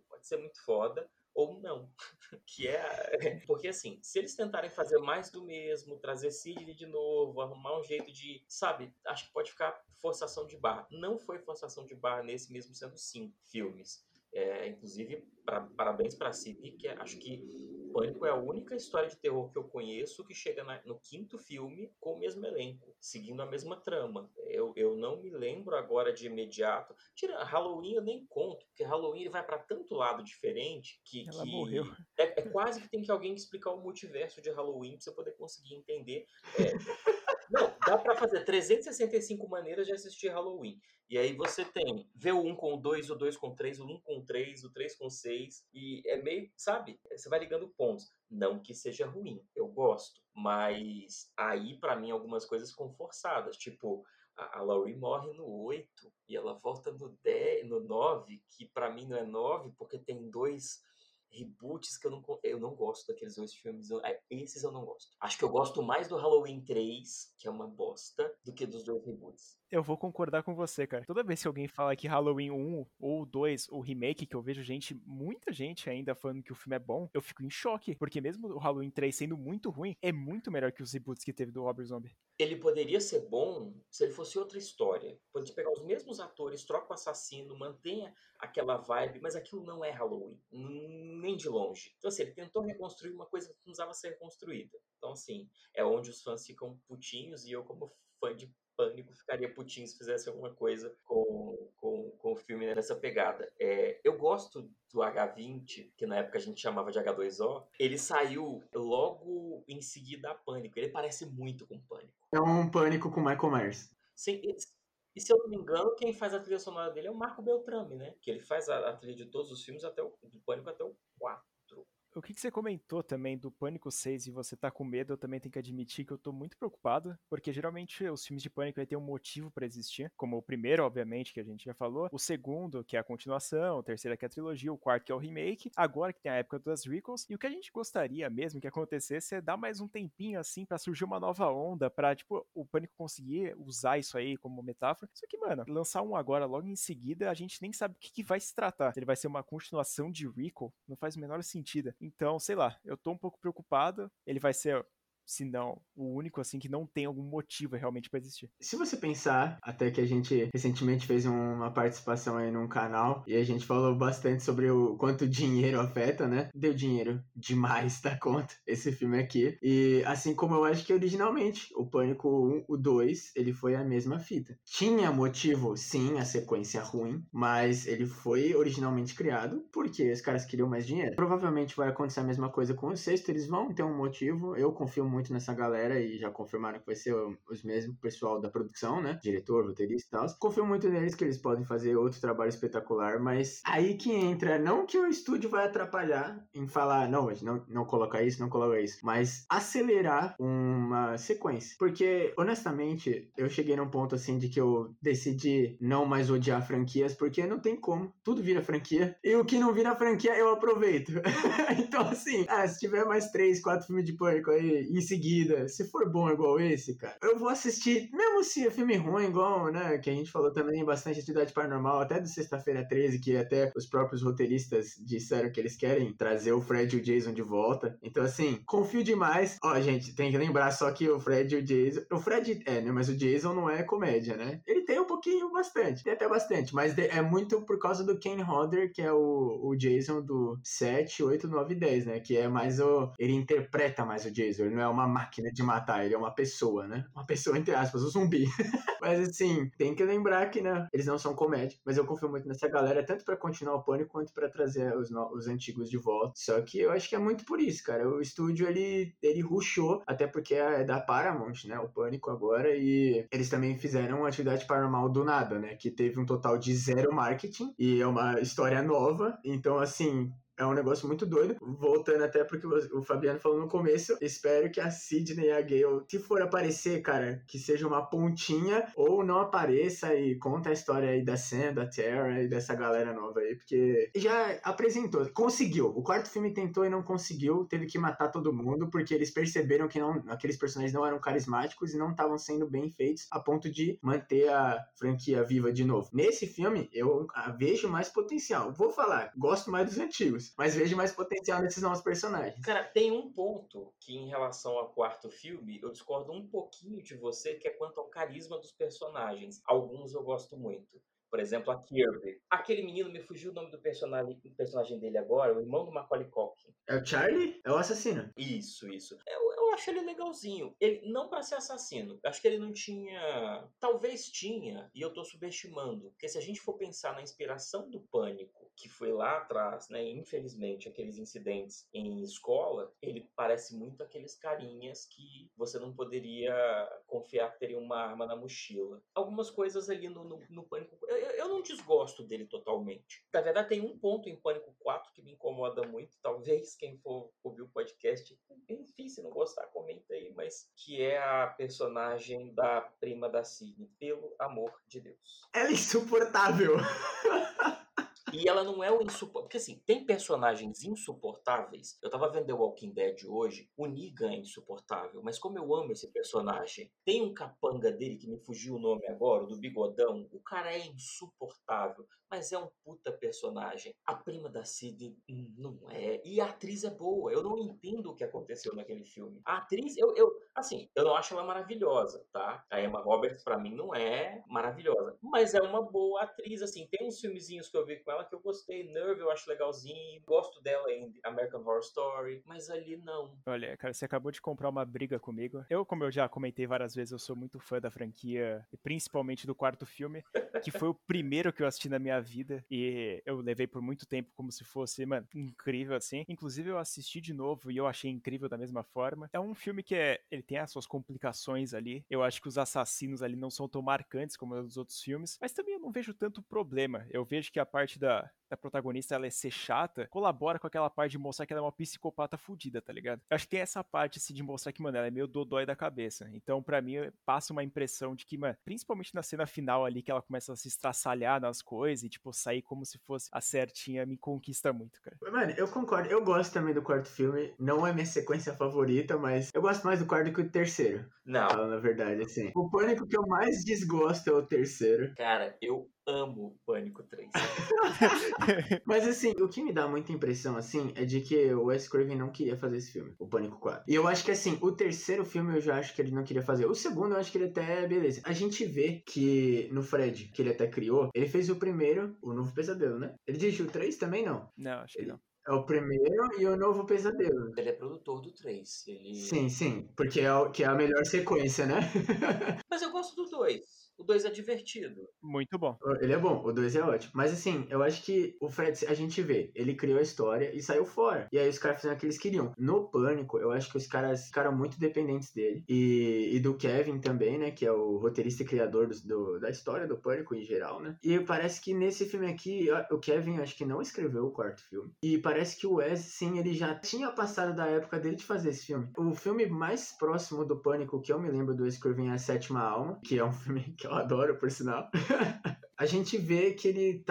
foda ou não. Que porque assim, se eles tentarem fazer mais do mesmo, trazer Sidney de novo, arrumar um jeito de, sabe, acho que pode ficar forçação de barra. Não foi forçação de barra nesse mesmo sendo 5 filmes. Inclusive, parabéns pra Sidney, que acho que Pânico é a única história de terror que eu conheço que chega no quinto filme com o mesmo elenco, seguindo a mesma trama. Eu não me lembro agora de imediato. Tira Halloween, eu nem conto, porque Halloween ele vai pra tanto lado diferente Ela morreu. é quase que tem que alguém explicar o multiverso de Halloween pra você poder conseguir entender. Não, dá pra fazer 365 maneiras de assistir Halloween. E aí você tem, vê o 1 com o 2, o 2 com o 3, o 1 com o 3, o 3 com o 6. E é meio, sabe? Você vai ligando pontos. Não que seja ruim, eu gosto. Mas aí, pra mim, algumas coisas ficam forçadas. Tipo, a Laurie morre no 8 e ela volta no 10, no 9, que pra mim não é 9, porque tem 2 reboots que eu não gosto daqueles 2 filmes. Esses eu não gosto. Acho que eu gosto mais do Halloween 3, que é uma bosta, do que dos 2 reboots. Eu vou concordar com você, cara. Toda vez que alguém fala que Halloween 1 ou 2, o remake, que eu vejo muita gente ainda falando que o filme é bom, eu fico em choque. Porque mesmo o Halloween 3 sendo muito ruim, é muito melhor que os reboots que teve do Rob Zombie. Ele poderia ser bom se ele fosse outra história. Pode pegar os mesmos atores, troca o assassino, mantenha aquela vibe, mas aquilo não é Halloween, nem de longe. Então, assim, ele tentou reconstruir uma coisa que não precisava ser reconstruída. Então, assim, é onde os fãs ficam putinhos e eu, como fã de Pânico, ficaria putinho se fizesse alguma coisa com o filme nessa pegada. Eu gosto do H20, que na época a gente chamava de H2O. Ele saiu logo em seguida a Pânico. Ele parece muito com Pânico. É um Pânico com Michael Myers. Sim, e se eu não me engano, quem faz a trilha sonora dele é o Marco Beltrame, né? Que ele faz a trilha de todos os filmes, do Pânico até o 4. O que você comentou também do Pânico 6 e você tá com medo, eu também tenho que admitir que eu tô muito preocupado, porque geralmente os filmes de Pânico vai ter um motivo pra existir, como o primeiro, obviamente, que a gente já falou, o segundo, que é a continuação, o terceiro que é a trilogia, o quarto que é o remake, agora que tem a época das requels, e o que a gente gostaria mesmo que acontecesse é dar mais um tempinho assim pra surgir uma nova onda, pra, tipo, o Pânico conseguir usar isso aí como metáfora. Só que, mano, lançar um agora logo em seguida, a gente nem sabe o que vai se tratar. Se ele vai ser uma continuação de requel, não faz o menor sentido. Então, sei lá, eu tô um pouco preocupado. Ele vai ser, se não, o único, assim, que não tem algum motivo realmente pra existir. Se você pensar, até que a gente recentemente fez uma participação aí num canal e a gente falou bastante sobre o quanto dinheiro afeta, né? Deu dinheiro demais da conta esse filme aqui. E assim como eu acho que originalmente o Pânico 1, o 2, ele foi a mesma fita. Tinha motivo, sim, a sequência ruim, mas ele foi originalmente criado porque os caras queriam mais dinheiro. Provavelmente vai acontecer a mesma coisa com o sexto, eles vão ter um motivo. Eu confio muito nessa galera e já confirmaram que vai ser os mesmos pessoal da produção, né? Diretor, roteirista e tal. Confio muito neles que eles podem fazer outro trabalho espetacular, mas aí que entra, não que o estúdio vai atrapalhar em falar, não, não coloca isso, não coloca isso, mas acelerar uma sequência. Porque, honestamente, eu cheguei num ponto assim de que eu decidi não mais odiar franquias, porque não tem como. Tudo vira franquia. E o que não vira franquia, eu aproveito. Então, assim, se tiver mais 3, 4 filmes de Pânico aí em seguida, se for bom igual esse, cara, eu vou assistir, mesmo se é filme ruim, igual, né, que a gente falou também bastante Atividade Paranormal, até do Sexta-feira 13, que até os próprios roteiristas disseram que eles querem trazer o Fred e o Jason de volta. Então, assim, confio demais. Ó, gente, tem que lembrar só que o Fred e o Jason... O Fred né, mas o Jason não é comédia, né? Ele tem um pouquinho, bastante. Tem até bastante, mas é muito por causa do Kane Hodder, que é o Jason do 7, 8, 9 e 10, né? Que é mais ele interpreta mais o Jason. Ele não é uma máquina de matar, ele é uma pessoa, né? Uma pessoa, entre aspas, um zumbi. Mas, assim, tem que lembrar que, né, eles não são comédia. Mas eu confio muito nessa galera, tanto pra continuar o Pânico, quanto pra trazer os antigos de volta. Só que eu acho que é muito por isso, cara. O estúdio, ele rushou, até porque é da Paramount, né? O Pânico agora. E eles também fizeram uma Atividade Paranormal do nada, né? Que teve um total de 0 marketing. E é uma história nova. Então, assim... É um negócio muito doido. Voltando até porque o Fabiano falou no começo, espero que a Sidney e a Gale, se for aparecer, cara, que seja uma pontinha ou não apareça e conta a história aí da Sam, da Tara e dessa galera nova aí, porque já apresentou, conseguiu. O quarto filme tentou e não conseguiu, teve que matar todo mundo porque eles perceberam que aqueles personagens não eram carismáticos e não estavam sendo bem feitos a ponto de manter a franquia viva de novo. Nesse filme, eu vejo mais potencial. Vou falar, gosto mais dos antigos, mas vejo mais potencial nesses novos personagens. Cara, tem um ponto que, em relação ao quarto filme, eu discordo um pouquinho de você, que é quanto ao carisma dos personagens. Alguns eu gosto muito. Por exemplo, a Kirby. Aquele menino, me fugiu o nome do personagem dele agora, o irmão do Macaulay Culkin. É o Charlie? É o assassino. Isso. Eu acho ele legalzinho. Ele não pra ser assassino. Eu acho que ele não tinha... Talvez tinha, e eu tô subestimando. Porque se a gente for pensar na inspiração do Pânico, que foi lá atrás, né? Infelizmente, aqueles incidentes em escola, ele parece muito aqueles carinhas que você não poderia confiar que teria uma arma na mochila. Algumas coisas ali no Pânico... Eu não desgosto dele totalmente. Na verdade, tem um ponto em Pânico 4 que me incomoda muito. Talvez quem for ouvir o podcast, enfim, se não gostar, comenta aí, mas que é a personagem da prima da Sidney, pelo amor de Deus. Ela é insuportável. E ela não é o insuportável. Porque assim, tem personagens insuportáveis. Eu tava vendo The Walking Dead hoje. O Negan é insuportável. Mas como eu amo esse personagem. Tem um capanga dele que me fugiu o nome agora, o do bigodão. O cara é insuportável. Mas é um puta personagem. A prima da Sidney não é. E a atriz é boa. Eu não entendo o que aconteceu naquele filme. A atriz, assim, eu não acho ela maravilhosa, tá? A Emma Roberts, pra mim, não é maravilhosa. Mas é uma boa atriz, assim. Tem uns filmezinhos que eu vi com ela que eu gostei. Nerve eu acho legalzinho. Gosto dela em American Horror Story. Mas ali não. Olha, cara, você acabou de comprar uma briga comigo. Como eu já comentei várias vezes, eu sou muito fã da franquia, e principalmente do quarto filme, que foi o primeiro que eu assisti na minha vida. E eu levei por muito tempo como se fosse, mano, incrível assim. Inclusive eu assisti de novo e eu achei incrível da mesma forma. É um filme que ele tem as suas complicações ali. Eu acho que os assassinos ali não são tão marcantes como os outros filmes, mas também eu não vejo tanto problema. Eu vejo que a parte da protagonista ela ser chata, colabora com aquela parte de mostrar que ela é uma psicopata fudida, tá ligado? Eu acho que tem essa parte, assim, de mostrar que, mano, ela é meio dodói da cabeça. Então, pra mim, passa uma impressão de que, mano, principalmente na cena final ali, que ela começa a se estraçalhar nas coisas e, tipo, sair como se fosse a certinha, me conquista muito, cara. Mano, eu concordo. Eu gosto também do quarto filme. Não é minha sequência favorita, mas eu gosto mais do quarto do que o terceiro. Não. Falando a verdade, assim. O Pânico que eu mais desgosto é o terceiro. Cara, eu amo Pânico 3. Mas assim, o que me dá muita impressão, assim, é de que o Wes Craven não queria fazer esse filme, o Pânico 4. E eu acho que, assim, o terceiro filme eu já acho que ele não queria fazer. O segundo eu acho que ele até, beleza. A gente vê que no Fred, que ele até criou, ele fez o primeiro, o Novo Pesadelo, né? Ele dirigiu o 3 também, não? Não, acho que não. É o primeiro e o Novo Pesadelo. Ele é produtor do 3. Sim, porque que é a melhor sequência, né? Mas eu gosto do 2. O 2 é divertido. Muito bom. Ele é bom, o 2 é ótimo. Mas assim, eu acho que o Fred, a gente vê, ele criou a história e saiu fora. E aí os caras fizeram o que eles queriam. No Pânico, eu acho que os caras ficaram muito dependentes dele. E do Kevin também, né? Que é o roteirista e criador da história do Pânico em geral, né? E parece que nesse filme aqui, o Kevin acho que não escreveu o quarto filme. E parece que o Wes, sim, ele já tinha passado da época dele de fazer esse filme. O filme mais próximo do Pânico que eu me lembro do Wes Craven é A Sétima Alma, que é um filme que eu adoro, por sinal. A gente vê que ele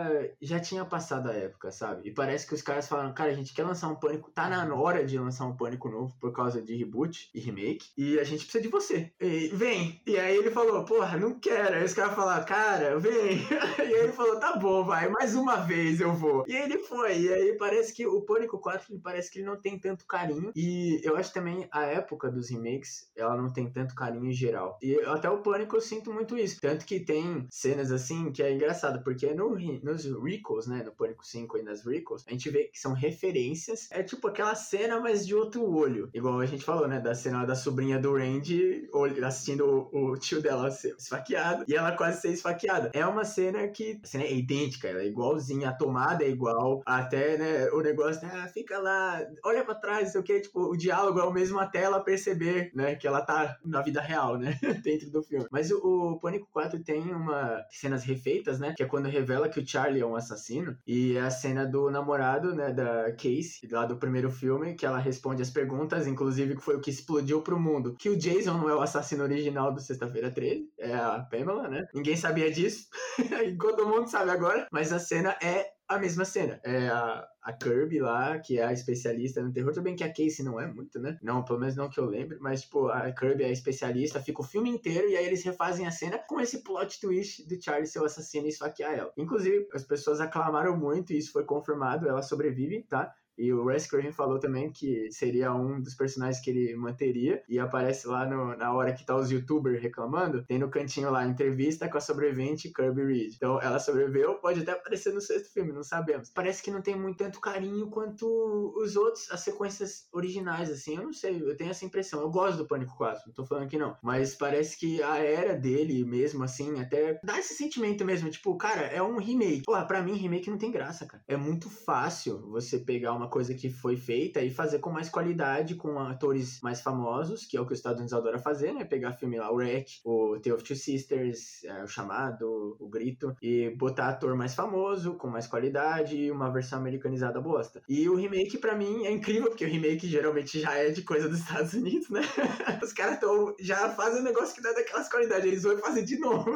já tinha passado a época, sabe? E parece que os caras falaram, cara, a gente quer lançar um Pânico, tá na hora de lançar um Pânico novo por causa de reboot e remake, e a gente precisa de você. E, vem! E aí ele falou, porra, não quero. Aí os caras falaram, cara, vem! E aí ele falou, tá bom, vai, mais uma vez eu vou. E ele foi. E aí parece que o Pânico 4, parece que ele não tem tanto carinho. E eu acho também a época dos remakes, ela não tem tanto carinho em geral. E até o Pânico eu sinto muito isso. Tanto que tem cenas assim que é engraçado, porque nos recalls, né, no Pânico 5 e nas recalls, a gente vê que são referências, é tipo aquela cena, mas de outro olho, igual a gente falou, né, da cena da sobrinha do Randy assistindo o tio dela ser esfaqueado, e ela quase ser esfaqueada. É uma cena que, a cena é idêntica, ela é igualzinha, a tomada é igual, até, né, o negócio, fica lá, olha pra trás, não sei o que, tipo, o diálogo é o mesmo até ela perceber, né, que ela tá na vida real, né, dentro do filme. Mas o Pânico 4 tem cenas refeitas, né? Que é quando revela que o Charlie é um assassino. E é a cena do namorado, né? Da Casey, lá do primeiro filme, que ela responde as perguntas, inclusive que foi o que explodiu pro mundo. Que o Jason não é o assassino original do Sexta-feira 13, é a Pamela, né? Ninguém sabia disso, e todo mundo sabe agora. Mas a cena é a mesma cena. É a Kirby lá, que é a especialista no terror. Tudo bem que a Casey não é muito, né? Não, pelo menos não que eu lembre. Mas, tipo, a Kirby é a especialista, fica o filme inteiro e aí eles refazem a cena com esse plot twist do Charlie ser o assassino e esfaquear ela. Inclusive, as pessoas aclamaram muito e isso foi confirmado. Ela sobrevive, tá? E o Wes Craven falou também que seria um dos personagens que ele manteria. E aparece lá na hora que tá os youtubers reclamando, tem no cantinho lá, entrevista com a sobrevivente Kirby Reed. Então ela sobreviveu, pode até aparecer no sexto filme, não sabemos. Parece que não tem muito tanto carinho quanto os outros, as sequências originais, assim. Eu não sei, eu tenho essa impressão. Eu gosto do Pânico 4, não tô falando que não. Mas parece que a era dele mesmo, assim, até dá esse sentimento mesmo. Tipo, cara, é um remake. Porra, pra mim, remake não tem graça, cara. É muito fácil você pegar uma coisa que foi feita e fazer com mais qualidade, com atores mais famosos, que é o que os Estados Unidos adora fazer, né? Pegar filme lá, o Wreck, o Tale of Two Sisters, o Chamado, o Grito, e botar ator mais famoso, com mais qualidade e uma versão americanizada bosta. E o remake, pra mim, é incrível, porque o remake geralmente já é de coisa dos Estados Unidos, né? Os caras já fazem um negócio que dá daquelas qualidades, eles vão fazer de novo.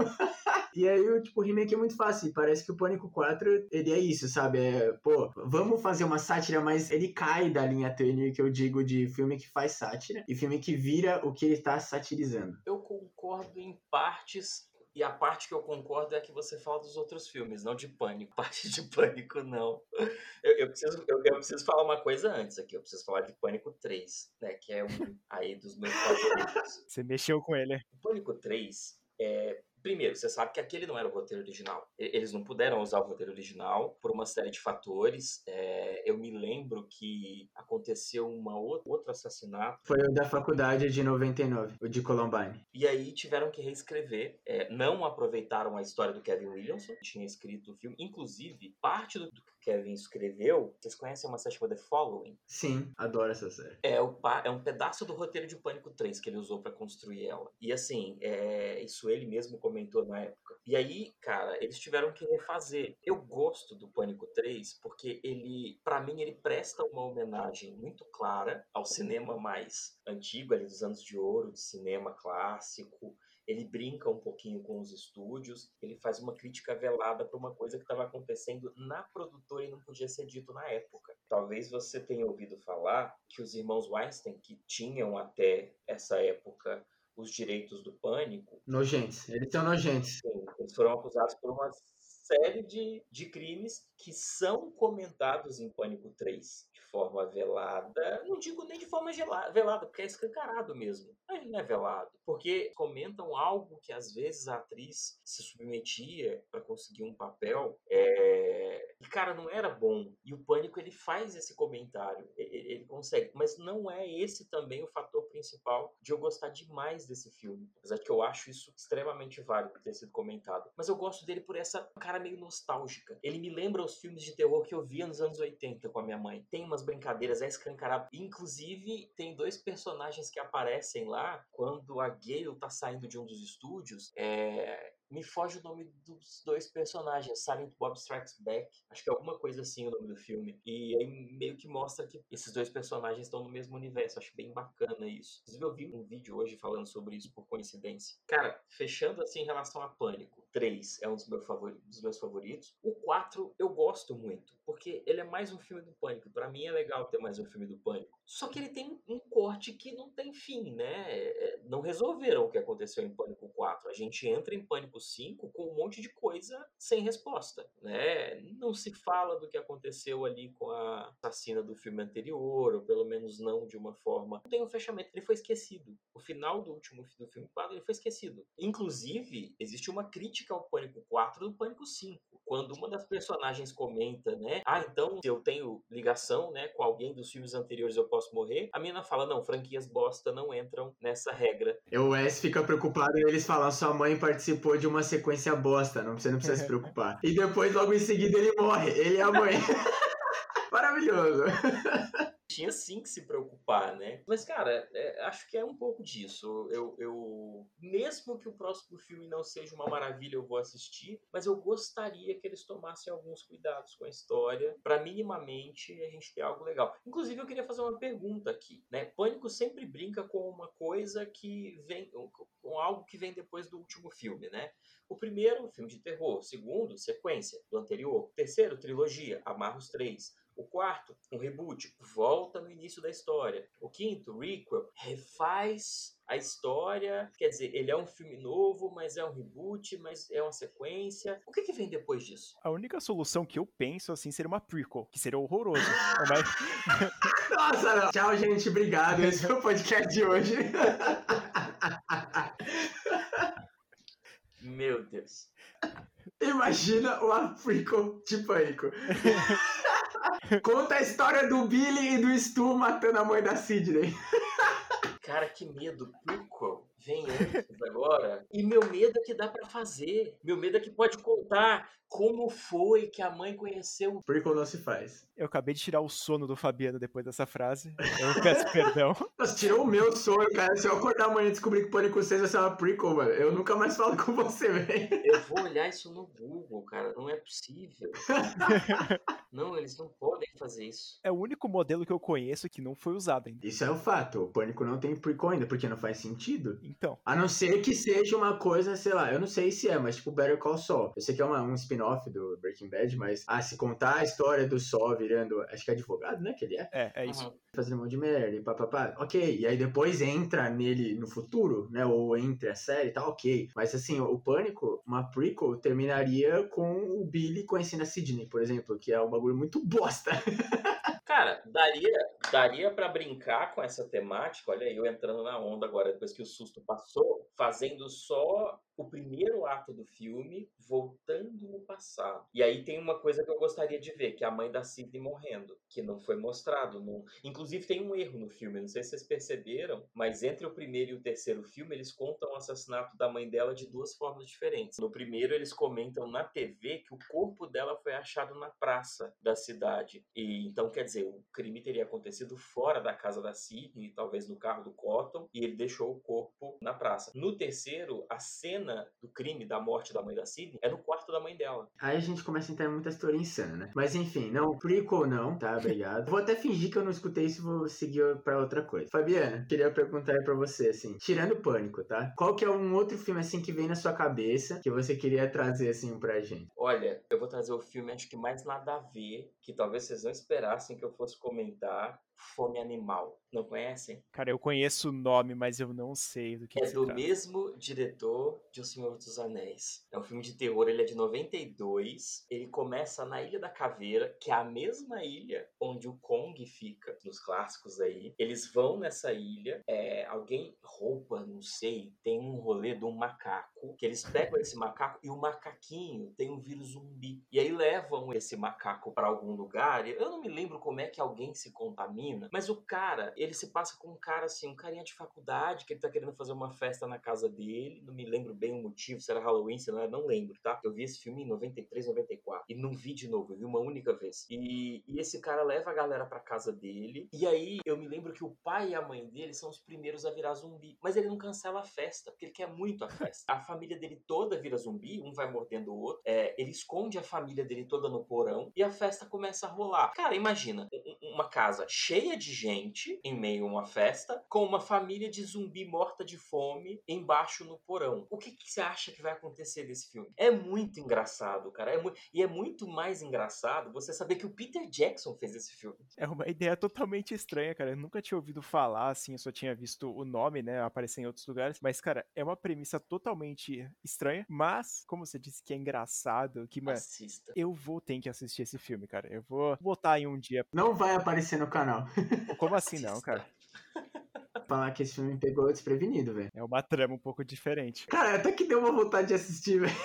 E aí, o remake é muito fácil. Parece que o Pânico 4, ele é isso, sabe? Vamos fazer uma sátira, mas ele cai da linha tênue que eu digo de filme que faz sátira e filme que vira o que ele tá satirizando. Eu concordo em partes, e a parte que eu concordo é a que você fala dos outros filmes, não de Pânico. Parte de Pânico, não. Eu preciso falar uma coisa antes aqui. Eu preciso falar de Pânico 3, né? Que é um aí dos meus favoritos. Você mexeu com ele. O Pânico 3 Primeiro, você sabe que aquele não era o roteiro original. Eles não puderam usar o roteiro original por uma série de fatores. Eu me lembro que aconteceu outro assassinato. Foi o da faculdade de 99, o de Columbine. E aí tiveram que reescrever. Não aproveitaram a história do Kevin Williamson, que tinha escrito o filme. Inclusive, parte do que o Kevin escreveu, vocês conhecem uma série chamada The Following? Sim, adoro essa série. É um pedaço do roteiro de Pânico 3 que ele usou pra construir ela. E assim, isso ele mesmo comentou na época. E aí, cara, eles tiveram que refazer. Eu gosto do Pânico 3 porque pra mim, ele presta uma homenagem muito clara ao cinema mais antigo, ali dos anos de ouro, de cinema clássico. Ele brinca um pouquinho com os estúdios, ele faz uma crítica velada para uma coisa que estava acontecendo na produtora e não podia ser dito na época. Talvez você tenha ouvido falar que os irmãos Weinstein, que tinham até essa época os direitos do Pânico... Nojentos, eles são nojentos. Sim, eles foram acusados por uma série de crimes que são comentados em Pânico 3 de forma velada. Não digo nem de forma velada, porque é escancarado mesmo. Mas não é velado. Porque comentam algo que às vezes a atriz se submetia para conseguir um papel. E, cara, não era bom. E o Pânico, ele faz esse comentário. Ele consegue. Mas não é esse também o fator principal de eu gostar demais desse filme. Apesar de que eu acho isso extremamente válido ter sido comentado. Mas eu gosto dele por essa cara meio nostálgica. Ele me lembra os filmes de terror que eu via nos anos 80 com a minha mãe. Tem umas brincadeiras, é escancarado. Inclusive, tem 2 personagens que aparecem lá quando a Gale tá saindo de um dos estúdios. Me foge o nome dos 2 personagens, Silent Bob Strikes Back. Acho que é alguma coisa assim o nome do filme. E aí meio que mostra que esses 2 personagens estão no mesmo universo. Acho bem bacana isso. Inclusive eu vi um vídeo hoje falando sobre isso por coincidência. Cara, fechando assim em relação a Pânico. 3 é um dos meus favoritos. O 4 eu gosto muito, porque ele é mais um filme do Pânico. Pra mim é legal ter mais um filme do Pânico. Só que ele tem um corte que não tem fim, né? Não resolveram o que aconteceu em Pânico 4. A gente entra em Pânico 5 com um monte de coisa sem resposta, né? Não se fala do que aconteceu ali com a assassina do filme anterior, ou pelo menos não de uma forma. Não tem um fechamento, ele foi esquecido. O final do filme 4, ele foi esquecido. Inclusive, existe uma crítica ao Pânico 4 do Pânico 5. Quando uma das personagens comenta, né? Então, se eu tenho ligação, né, com alguém dos filmes anteriores, eu posso morrer. A menina fala, não, franquias bosta não entram nessa regra. O Wes fica preocupado e eles falam, sua mãe participou de uma sequência bosta, você não precisa se preocupar. E depois, logo em seguida, ele morre. Ele e a mãe. Maravilhoso. Tinha sim que se preocupar, né? Mas, cara, acho que é um pouco disso. Mesmo que o próximo filme não seja uma maravilha, eu vou assistir, mas eu gostaria que eles tomassem alguns cuidados com a história para minimamente a gente ter algo legal. Inclusive, eu queria fazer uma pergunta aqui, né? Pânico sempre brinca com uma coisa que vem, com algo que vem depois do último filme, né? O primeiro, filme de terror. O segundo, sequência do anterior. O terceiro, trilogia, amarra os 3. O quarto, um reboot, volta no início da história. O quinto, requel, refaz a história. Quer dizer, ele é um filme novo, mas é um reboot, mas é uma sequência. O que vem depois disso? A única solução que eu penso, assim, seria uma prequel, que seria horroroso. Nossa, não. Tchau, gente. Obrigado. Esse foi o podcast de hoje. Meu Deus. Imagina uma prequel de Pânico. Conta a história do Billy e do Stu matando a mãe da Sidney. Cara, que medo. Prequel vem antes agora. E meu medo é que dá pra fazer. Meu medo é que pode contar como foi que a mãe conheceu. Prequel não se faz. Eu acabei de tirar o sono do Fabiano depois dessa frase. Eu peço perdão. Nossa, tirou o meu sono, cara. Se eu acordar amanhã e descobrir que Pânico 6 vai ser uma prequel, mano, eu nunca mais falo com você, velho. Eu vou olhar isso no Google, cara. Não é possível. Não, eles não podem fazer isso. É o único modelo que eu conheço que não foi usado ainda. Isso é o fato. O Pânico não tem prequel ainda, porque não faz sentido. Então. A não ser que seja uma coisa, sei lá, eu não sei se é, mas tipo Better Call Saul. Eu sei que é um spin-off do Breaking Bad, mas se contar a história do Saul virando, acho que é advogado, né, que ele é? É isso. Uhum. Fazendo um monte de merda e papapá, ok. E aí depois entra nele no futuro, né, ou entra a série, tá ok. Mas assim, o Pânico, uma prequel, terminaria com o Billy conhecendo a Sidney, por exemplo, que é um bagulho muito bosta. Cara, daria para brincar com essa temática, olha aí, eu entrando na onda agora, depois que o susto passou, fazendo só o primeiro ato do filme voltando no passado. E aí tem uma coisa que eu gostaria de ver, que é a mãe da Sidney morrendo, que não foi mostrado. Inclusive tem um erro no filme, não sei se vocês perceberam, mas entre o primeiro e o terceiro filme, eles contam o assassinato da mãe dela de 2 formas diferentes. No primeiro, eles comentam na TV que o corpo dela foi achado na praça da cidade. E então, quer dizer, o crime teria acontecido fora da casa da Sidney, talvez no carro do Cotton, e ele deixou o corpo na praça. No terceiro, a cena do crime, da morte da mãe da Sidney, é no quarto da mãe dela. Aí a gente começa a entrar em muita história insana, né? Mas enfim, não, prequel não, tá? Obrigado. Vou até fingir que eu não escutei isso e vou seguir pra outra coisa. Fabiana, queria perguntar aí pra você, assim, tirando o Pânico, tá? Qual que é um outro filme, assim, que vem na sua cabeça que você queria trazer, assim, pra gente? Olha, eu vou trazer o filme, acho que mais nada a ver, que talvez vocês não esperassem que eu fosse comentar, Fome Animal. Não conhecem? Cara, eu conheço o nome, mas eu não sei do que É se do trata. mesmo diretor de O Senhor dos Anéis. É um filme de terror, ele é de 92. Ele começa na Ilha da Caveira, que é a mesma ilha onde o Kong fica, nos clássicos aí. Eles vão nessa ilha, alguém rouba, não sei, tem um rolê de um macaco, que eles pegam esse macaco e o macaquinho tem um vírus zumbi. E aí levam esse macaco pra algum lugar. Eu não me lembro como é que alguém se contamina, mas o cara, ele se passa com um cara assim, um carinha de faculdade, que ele tá querendo fazer uma festa na casa dele. Não me lembro bem o motivo, se era Halloween, se não era, não lembro, tá? Eu vi esse filme em 93, 94. E não vi de novo, eu vi uma única vez. E esse cara leva a galera pra casa dele. E aí eu me lembro que o pai e a mãe dele são os primeiros a virar zumbi. Mas ele não cancela a festa, porque ele quer muito a festa. A família dele toda vira zumbi, um vai mordendo o outro. Ele esconde a família dele toda no porão. E a festa começa a rolar. Cara, imagina uma casa cheia de gente em meio a uma festa, com uma família de zumbi morta de fome embaixo no porão. O que você acha que vai acontecer desse filme? É muito engraçado, cara. E é muito mais engraçado você saber que o Peter Jackson fez esse filme. É uma ideia totalmente estranha, cara. Eu nunca tinha ouvido falar, assim, eu só tinha visto o nome, né, aparecer em outros lugares. Mas, cara, é uma premissa totalmente estranha. Mas, como você disse que é engraçado, que, mano, Assista. eu vou ter que assistir esse filme, cara. Eu vou botar em um dia. Não vai aparecer no canal. Como assim não, Assista. cara? Falar que esse filme me pegou desprevenido, velho. É uma trama um pouco diferente. Cara, até que deu uma vontade de assistir, velho.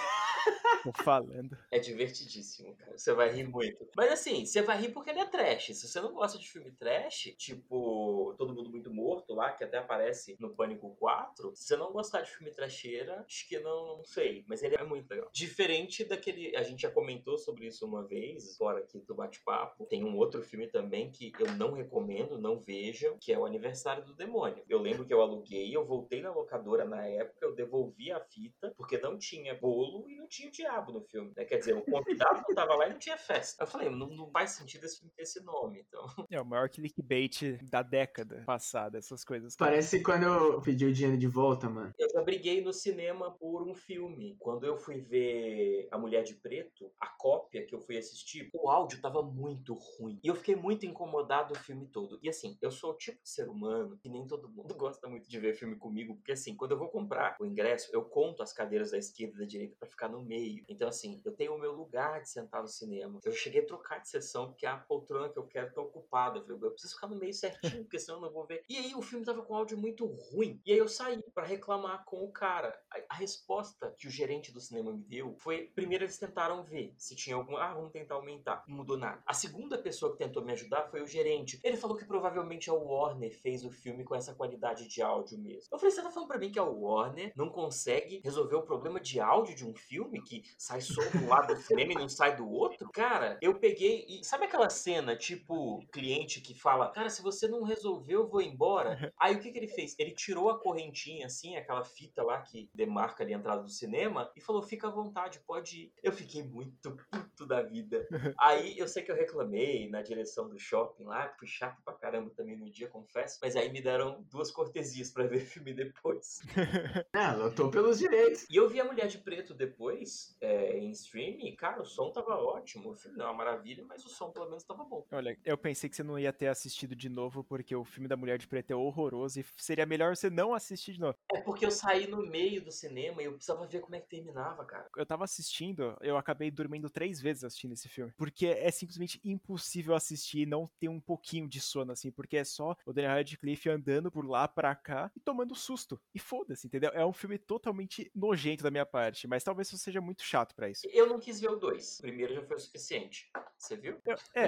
Tô falando. É divertidíssimo, cara. Você vai rir muito. Mas assim, você vai rir porque ele é trash. Se você não gosta de filme trash, tipo Todo Mundo Muito Morto lá, que até aparece no Pânico 4, se você não gostar de filme trasheira, acho que não sei. Mas ele é muito legal. Diferente daquele. A gente já comentou sobre isso uma vez, fora aqui do bate-papo. Tem um outro filme também que eu não recomendo, não vejam, que é O Aniversário do Demônio. Eu lembro que eu aluguei, eu voltei na locadora na época, eu devolvi a fita, porque não tinha bolo e não tinha o diabo no filme, né? Quer dizer, o convidado não tava lá e não tinha festa. Eu falei, não faz sentido esse filme ter esse nome, então. É o maior clickbait da década passada, essas coisas, cara. Parece quando eu pedi o dinheiro de volta, mano. Eu já briguei no cinema por um filme. Quando eu fui ver A Mulher de Preto, a cópia que eu fui assistir, o áudio tava muito ruim. E eu fiquei muito incomodado o filme todo. E assim, eu sou o tipo de ser humano que nem todo mundo gosta muito de ver filme comigo, porque assim, quando eu vou comprar o ingresso, eu conto as cadeiras da esquerda e da direita pra ficar no meio. Então assim, eu tenho o meu lugar de sentar no cinema. Eu cheguei a trocar de sessão porque a poltrona que eu quero tá ocupada. Eu preciso ficar no meio certinho, porque senão eu não vou ver. E aí o filme tava com áudio muito ruim. E aí eu saí pra reclamar com o cara. A resposta que o gerente do cinema me deu foi: primeiro eles tentaram ver se tinha algum. Vamos tentar aumentar. Não mudou nada. A segunda pessoa que tentou me ajudar foi o gerente. Ele falou que provavelmente a Warner fez o filme com essa qualidade de áudio mesmo. Eu falei: você tá falando pra mim que a Warner não consegue resolver o problema de áudio de um filme que sai som de um lado do cinema e não sai do outro? Cara, eu peguei e sabe aquela cena tipo cliente que fala: cara, se você não resolver, eu vou embora. Aí o que ele fez? Ele tirou a correntinha assim, aquela fita lá que demarca ali a entrada do cinema e falou: fica à vontade, pode ir. Eu fiquei muito puto da vida. Aí eu sei que eu reclamei na direção do shopping lá, fui chato pra caramba também no dia, confesso, mas aí me deram 2 cortesias pra ver filme depois. Eu tô pelos direitos. E eu vi A Mulher de Preto depois, em streaming, e cara, o som tava ótimo. O filme não é uma maravilha, mas o som pelo menos tava bom. Olha, eu pensei que você não ia ter assistido de novo, porque o filme da Mulher de Preto é horroroso e seria melhor você não assistir de novo. É porque eu saí no meio do cinema e eu precisava ver como é que terminava, cara. Eu tava assistindo, eu acabei dormindo 3 vezes assistindo esse filme. Porque é simplesmente impossível assistir e não ter um pouquinho de sono, assim. Porque é só o Daniel Radcliffe andando por lá, pra cá e tomando susto. E foda-se, entendeu? É um filme totalmente nojento da minha parte. Mas talvez isso seja muito chato pra isso. Eu não quis ver o 2. O primeiro já foi o suficiente. Você viu?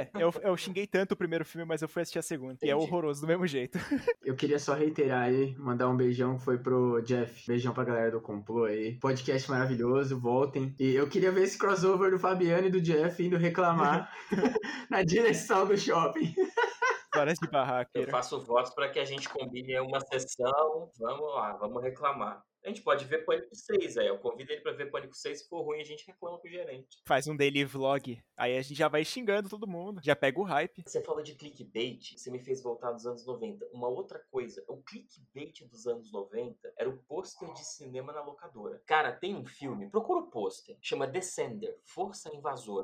Eu xinguei tanto o primeiro filme, mas eu fui assistir a segunda. E é Entendi. horroroso do mesmo jeito. Eu queria só reiterar aí, mandar um beijão que foi pro Jeff. Beijão pra galera do Complô aí. Podcast maravilhoso, voltem. E eu queria ver esse crossover do Fabiano e do Jeff indo reclamar na direção do shopping. Parece de Eu barraqueira. faço votos para que a gente combine uma sessão. Vamos lá, vamos reclamar. A gente pode ver Pânico 6 aí. Eu convido ele para ver Pânico 6. Se for ruim, a gente reclama com o gerente. Faz um daily vlog. Aí a gente já vai xingando todo mundo. Já pega o hype. Você falou de clickbait, você me fez voltar dos anos 90. Uma outra coisa, o clickbait dos anos 90 era o pôster de cinema na locadora. Cara, tem um filme, procura o pôster, chama Descender, Força Invasora.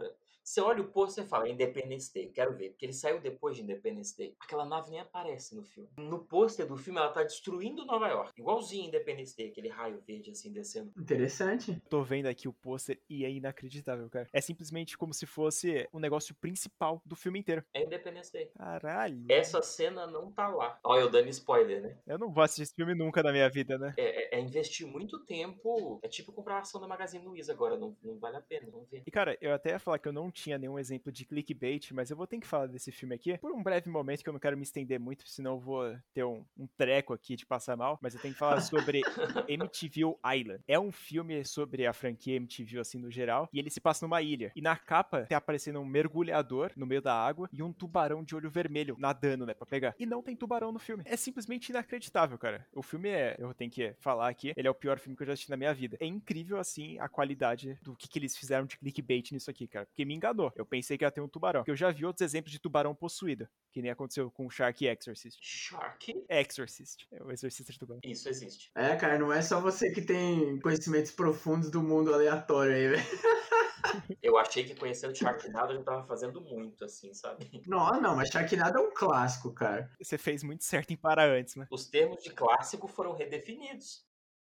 Você olha o pôster e fala, Independence Day, quero ver. Porque ele saiu depois de Independence Day. Aquela nave nem aparece no filme. No pôster do filme, ela tá destruindo Nova York. Igualzinho Independence Day, aquele raio verde assim descendo. Interessante. Tô vendo aqui o pôster e é inacreditável, cara. É simplesmente como se fosse o negócio principal do filme inteiro. É Independence Day. Caralho. Essa cena não tá lá. Olha, eu dando spoiler, né? Eu não vou assistir esse filme nunca na minha vida, né? É investir muito tempo. É tipo comprar a ação da Magazine Luiza agora. Não vale a pena, vamos ver. E cara, eu até ia falar que eu não tinha nenhum exemplo de clickbait, mas eu vou ter que falar desse filme aqui por um breve momento, que eu não quero me estender muito, senão eu vou ter um treco aqui de passar mal. Mas eu tenho que falar sobre MTV Island. É um filme sobre a franquia MTV, assim, no geral, e ele se passa numa ilha. E na capa tem aparecendo um mergulhador no meio da água e um tubarão de olho vermelho nadando, né, pra pegar. E não tem tubarão no filme. É simplesmente inacreditável, cara. O filme eu tenho que falar aqui, ele é o pior filme que eu já assisti na minha vida. É incrível, assim, a qualidade do que eles fizeram de clickbait nisso aqui, cara. Porque me enganou. Eu pensei que ia ter um tubarão. Porque eu já vi outros exemplos de tubarão possuído, que nem aconteceu com o Shark Exorcist. Shark? Exorcist. É o exorcista de tubarão. Isso existe. É, cara, não é só você que tem conhecimentos profundos do mundo aleatório aí, velho. Eu achei que conhecendo Sharknado eu já tava fazendo muito, assim, sabe? Não, mas Sharknado é um clássico, cara. Você fez muito certo em parar antes, né? Os termos de clássico foram redefinidos.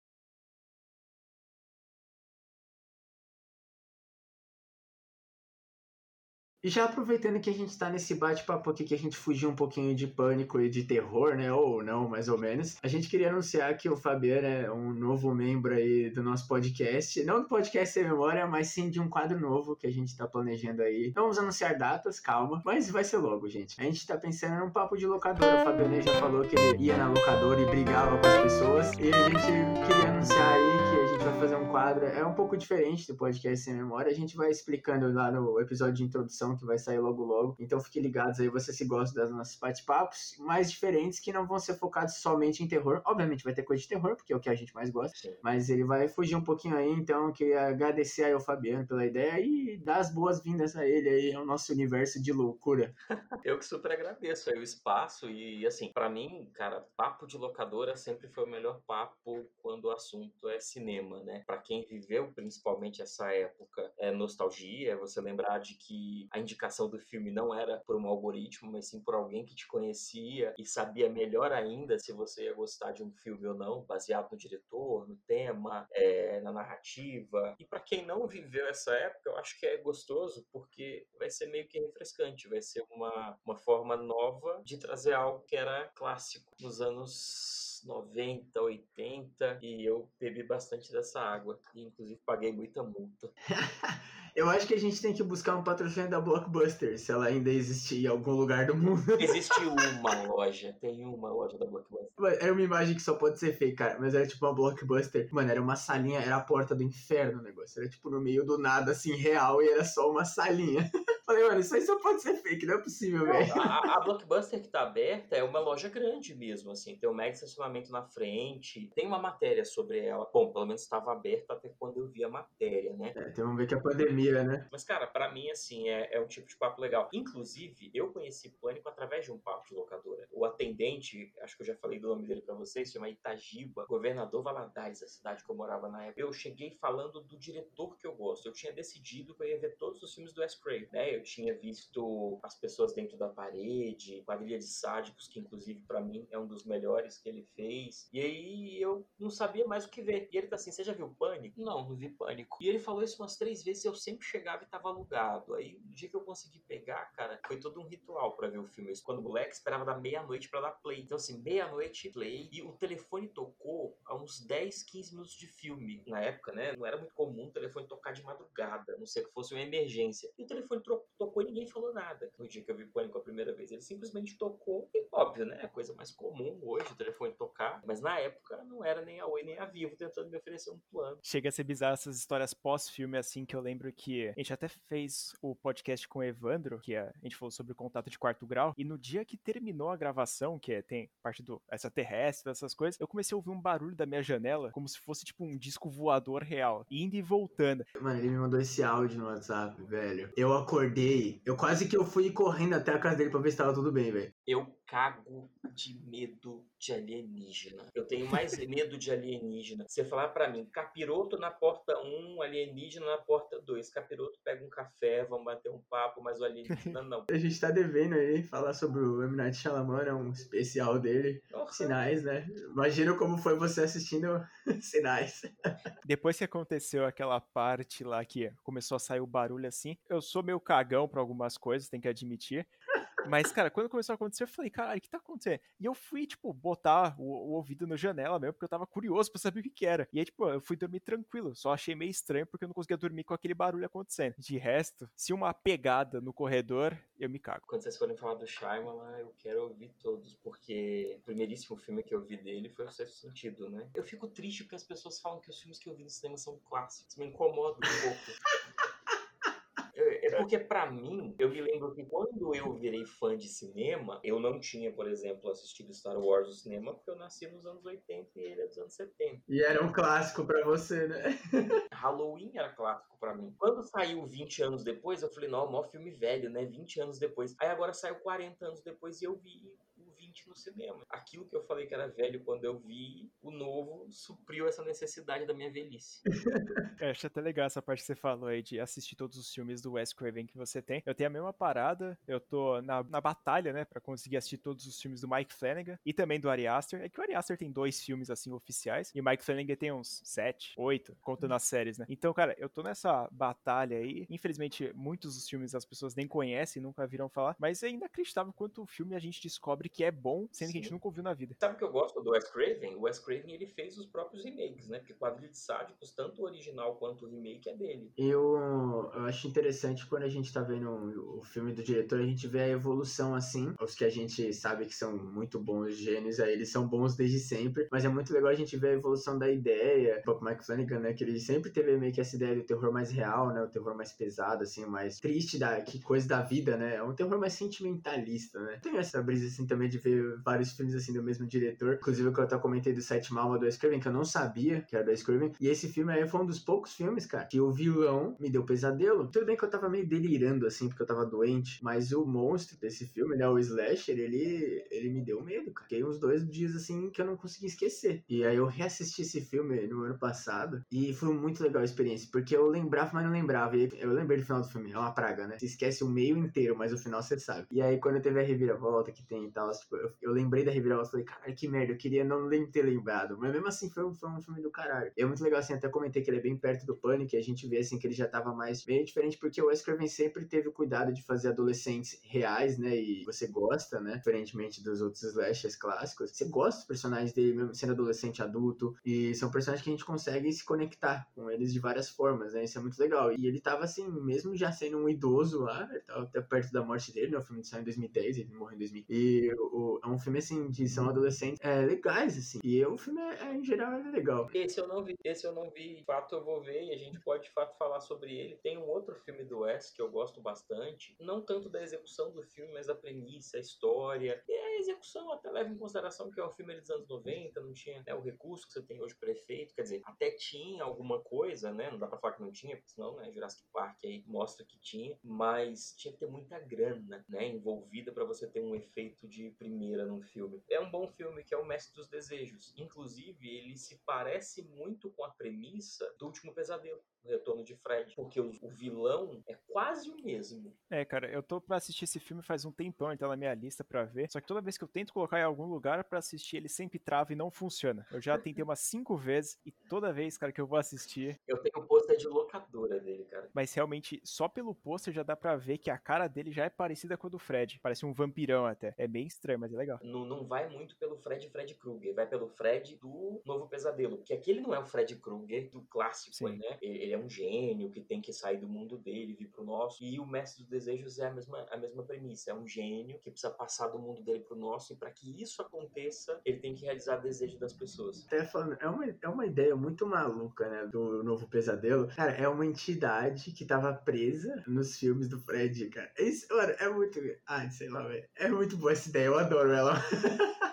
E já aproveitando que a gente tá nesse bate-papo aqui, que a gente fugiu um pouquinho de pânico e de terror, né? Ou não, mais ou menos. A gente queria anunciar que o Fabiano é um novo membro aí do nosso podcast. Não do podcast Sem Memória, mas sim de um quadro novo que a gente tá planejando aí. Não vamos anunciar datas, calma. Mas vai ser logo, gente. A gente tá pensando num papo de locadora. O Fabiano já falou que ele ia na locadora e brigava com as pessoas. E a gente queria anunciar aí que a gente vai fazer um quadro. É um pouco diferente do podcast Sem Memória. A gente vai explicando lá no episódio de introdução que vai sair logo logo. Então fiquem ligados aí, você se gosta das nossas bate-papos mais diferentes, que não vão ser focados somente em terror. Obviamente vai ter coisa de terror, porque é o que a gente mais gosta. Sim. Mas ele vai fugir um pouquinho aí, então eu queria agradecer aí ao Fabiano pela ideia e dar as boas-vindas a ele aí ao nosso universo de loucura. Eu que super agradeço aí o espaço e, assim, pra mim, cara, papo de locadora sempre foi o melhor papo quando o assunto é cinema, né? Pra quem viveu principalmente essa época, é nostalgia, é você lembrar de que a indicação do filme não era por um algoritmo, mas sim por alguém que te conhecia e sabia melhor ainda se você ia gostar de um filme ou não, baseado no diretor, no tema, na narrativa. E pra quem não viveu essa época, eu acho que é gostoso porque vai ser meio que refrescante, vai ser uma forma nova de trazer algo que era clássico nos anos 90, 80, e eu bebi bastante dessa água e inclusive paguei muita multa. Eu acho que a gente tem que buscar um patrocínio da Blockbuster, se ela ainda existir em algum lugar do mundo. Existe uma loja, tem uma loja da Blockbuster. Mano, era uma imagem que só pode ser fake, cara, mas era tipo uma Blockbuster. Mano, era uma salinha, era a porta do inferno o negócio. Era tipo no meio do nada, assim, real, e era só uma salinha. Falei, mano, isso aí só pode ser fake, não é possível, velho. A Blockbuster que tá aberta é uma loja grande mesmo, assim, tem um mega estacionamento na frente, tem uma matéria sobre ela. Bom, pelo menos estava aberta até quando eu vi a matéria, né? Então vamos ver que a pandemia, né? Mas, cara, pra mim, assim, é um tipo de papo legal. Inclusive, eu conheci Pânico através de um papo de locadora. O atendente, acho que eu já falei do nome dele pra vocês, se chama Itagiba, Governador Valadares, a cidade que eu morava na época. Eu cheguei falando do diretor que eu gosto. Eu tinha decidido que eu ia ver todos os filmes do Wes Craven, né? Eu tinha visto As Pessoas Dentro da Parede, Quadrilha de Sádicos, que inclusive pra mim é um dos melhores que ele fez. E aí eu não sabia mais o que ver. E ele tá assim, você já viu Pânico? Não vi Pânico. E ele falou isso umas 3 vezes e eu sempre chegava e tava alugado. Aí, no dia que eu consegui pegar, cara, foi todo um ritual pra ver o filme. Isso, quando moleque, esperava da meia-noite pra dar play. Então, assim, meia-noite, play. E o telefone tocou a uns 10, 15 minutos de filme. Na época, né, não era muito comum o telefone tocar de madrugada, a não ser que fosse uma emergência. E o telefone tocou e ninguém falou nada. No dia que eu vi Pânico a primeira vez, ele simplesmente tocou. E, óbvio, né, é a coisa mais comum hoje o telefone tocar. Mas na época não era nem a Oi nem a Vivo tentando me oferecer um plano. Chega a ser bizarro essas histórias pós-filme, assim, que eu lembro que a gente até fez o podcast com o Evandro, que a gente falou sobre o Contato de Quarto Grau, e no dia que terminou a gravação, que tem parte do extraterrestre, essas coisas, eu comecei a ouvir um barulho da minha janela, como se fosse, tipo, um disco voador real, indo e voltando. Mano, ele me mandou esse áudio no WhatsApp, velho. Eu acordei acordei, eu quase que eu fui correndo até a casa dele pra ver se tava tudo bem, velho. Eu cago de medo de alienígena. Eu tenho mais medo de alienígena. Você falar pra mim, capiroto na porta 1, alienígena na porta 2. Capiroto pega um café, vamos bater um papo, mas o alienígena não. A gente tá devendo aí falar sobre o M. Night Shyamalan, é um especial dele. Nossa. Sinais, né? Imagina como foi você assistindo Sinais. Depois que aconteceu aquela parte lá que começou a sair o barulho assim, eu sou meio cagão pra algumas coisas, tem que admitir. Mas, cara, quando começou a acontecer, eu falei, caralho, o que tá acontecendo? E eu fui, tipo, botar o ouvido na janela mesmo, porque eu tava curioso pra saber o que era. E aí, tipo, eu fui dormir tranquilo. Só achei meio estranho porque eu não conseguia dormir com aquele barulho acontecendo. De resto, se uma pegada no corredor, eu me cago. Quando vocês forem falar do Shyamalan, eu quero ouvir todos, porque o primeiríssimo filme que eu vi dele foi O Sexto Sentido, né? Eu fico triste porque as pessoas falam que os filmes que eu vi no cinema são clássicos. Me incomoda um pouco. É porque, pra mim, eu me lembro que quando eu virei fã de cinema, eu não tinha, por exemplo, assistido Star Wars no cinema, porque eu nasci nos anos 80 e ele é dos anos 70. E era um clássico pra você, né? Halloween era clássico pra mim. Quando saiu 20 anos depois, eu falei, não, maior filme velho, né? 20 anos depois. Aí agora saiu 40 anos depois e eu vi o 20 no cinema. Aquilo que eu falei que era velho quando eu vi, o novo supriu essa necessidade da minha velhice. Acho até legal essa parte que você falou aí de assistir todos os filmes do Wes Craven que você tem. Eu tenho a mesma parada, eu tô na batalha, né, pra conseguir assistir todos os filmes do Mike Flanagan e também do Ari Aster. É que o Ari Aster tem 2 filmes, assim, oficiais, e o Mike Flanagan tem uns 7, 8, contando as séries, né. Então, cara, eu tô nessa batalha aí. Infelizmente, muitos dos filmes as pessoas nem conhecem, nunca viram falar, mas é inacreditável quanto o filme a gente descobre que é bom, sendo que a gente nunca ouviu na vida. Sabe o que eu gosto do Wes Craven? O Wes Craven, ele fez os próprios remakes, né? Porque Quadrilha de Sádicos, tanto o original quanto o remake é dele. Eu acho interessante quando a gente tá vendo o filme do diretor, a gente vê a evolução assim. Os que a gente sabe que são muito bons gênios, aí eles são bons desde sempre. Mas é muito legal a gente ver a evolução da ideia. O próprio Mike Flanagan, né? Que ele sempre teve meio que essa ideia do terror mais real, né? O terror mais pesado, assim, mais triste, que coisa da vida, né? É um terror mais sentimentalista, né? Tem essa brisa, assim, também de ver vários filmes, assim, do mesmo diretor. Inclusive, o que eu até comentei do Sétima Alma do Wes Craven, que eu não sabia que era do Wes Craven. E esse filme aí foi um dos poucos filmes, cara, que o vilão me deu pesadelo. Tudo bem que eu tava meio delirando, assim, porque eu tava doente, mas o monstro desse filme, né, o Slasher, ele me deu medo, cara. Fiquei uns 2 dias, assim, que eu não consegui esquecer. E aí eu reassisti esse filme no ano passado e foi muito legal a experiência, porque eu lembrava, mas não lembrava. E eu lembrei do final do filme, é uma praga, né? Você esquece o meio inteiro, mas o final você sabe. E aí quando teve a reviravolta que tem e tal, tipo, eu lembrei da reviravolta e falei, caralho, que merda, eu queria não ter lembrado. Mas mesmo assim foi um filme do caralho. E é muito legal, assim, até comentei que ele é bem perto do Pânico, e a gente vê, assim, que ele já tava mais bem diferente, porque o Wes Craven sempre teve o cuidado de fazer adolescentes reais, né? E você gosta, né? Diferentemente dos outros slashers clássicos. Você gosta dos personagens dele, mesmo sendo adolescente, adulto, e são personagens que a gente consegue se conectar com eles de várias formas, né? Isso é muito legal. E ele tava, assim, mesmo já sendo um idoso lá, ele tava até perto da morte dele, né? O filme saiu em 2010, ele morreu em 2000. E é um filme, assim, de são adolescentes legais, assim. E o filme, em geral, é legal. Esse eu não vi. De fato eu vou ver e a gente pode de fato falar sobre ele. Tem um outro filme do Wes que eu gosto bastante, não tanto da execução do filme, mas da premissa, a história. E a execução até leva em consideração que é um filme dos anos 90, não tinha, né, o recurso que você tem hoje para efeito, quer dizer, até tinha alguma coisa, né? Não dá pra falar que não tinha, porque senão, né, Jurassic Park aí mostra que tinha, mas tinha que ter muita grana, né, envolvida para você ter um efeito de primeira num filme. É um bom filme que é O Mestre dos Desejos. Inclusive, ele se parece muito com a premissa do Último Pesadelo, O Retorno de Fred, porque o vilão é quase o mesmo. Cara, eu tô pra assistir esse filme faz um tempão, ele tá na minha lista pra ver, só que toda vez que eu tento colocar em algum lugar pra assistir, ele sempre trava e não funciona. Eu já tentei umas 5 vezes e toda vez, cara, que eu vou assistir... Eu tenho o pôster de locadora dele, cara. Mas realmente, só pelo pôster já dá pra ver que a cara dele já é parecida com a do Fred. Parece um vampirão até. É bem estranho, mas é legal. Não vai muito pelo Fred Krueger, vai pelo Fred do Novo Pesadelo, porque aquele não é o Fred Krueger do clássico, né? Ele é um gênio que tem que sair do mundo dele, vir pro nosso, e o Mestre dos Desejos é a mesma premissa, é um gênio que precisa passar do mundo dele pro nosso, e para que isso aconteça, ele tem que realizar desejo das pessoas. Até falando, é uma ideia muito maluca, né, do Novo Pesadelo. Cara, é uma entidade que tava presa nos filmes do Fred, cara. Isso, mano, é muito... sei lá, velho. É muito boa essa ideia, eu adoro ela.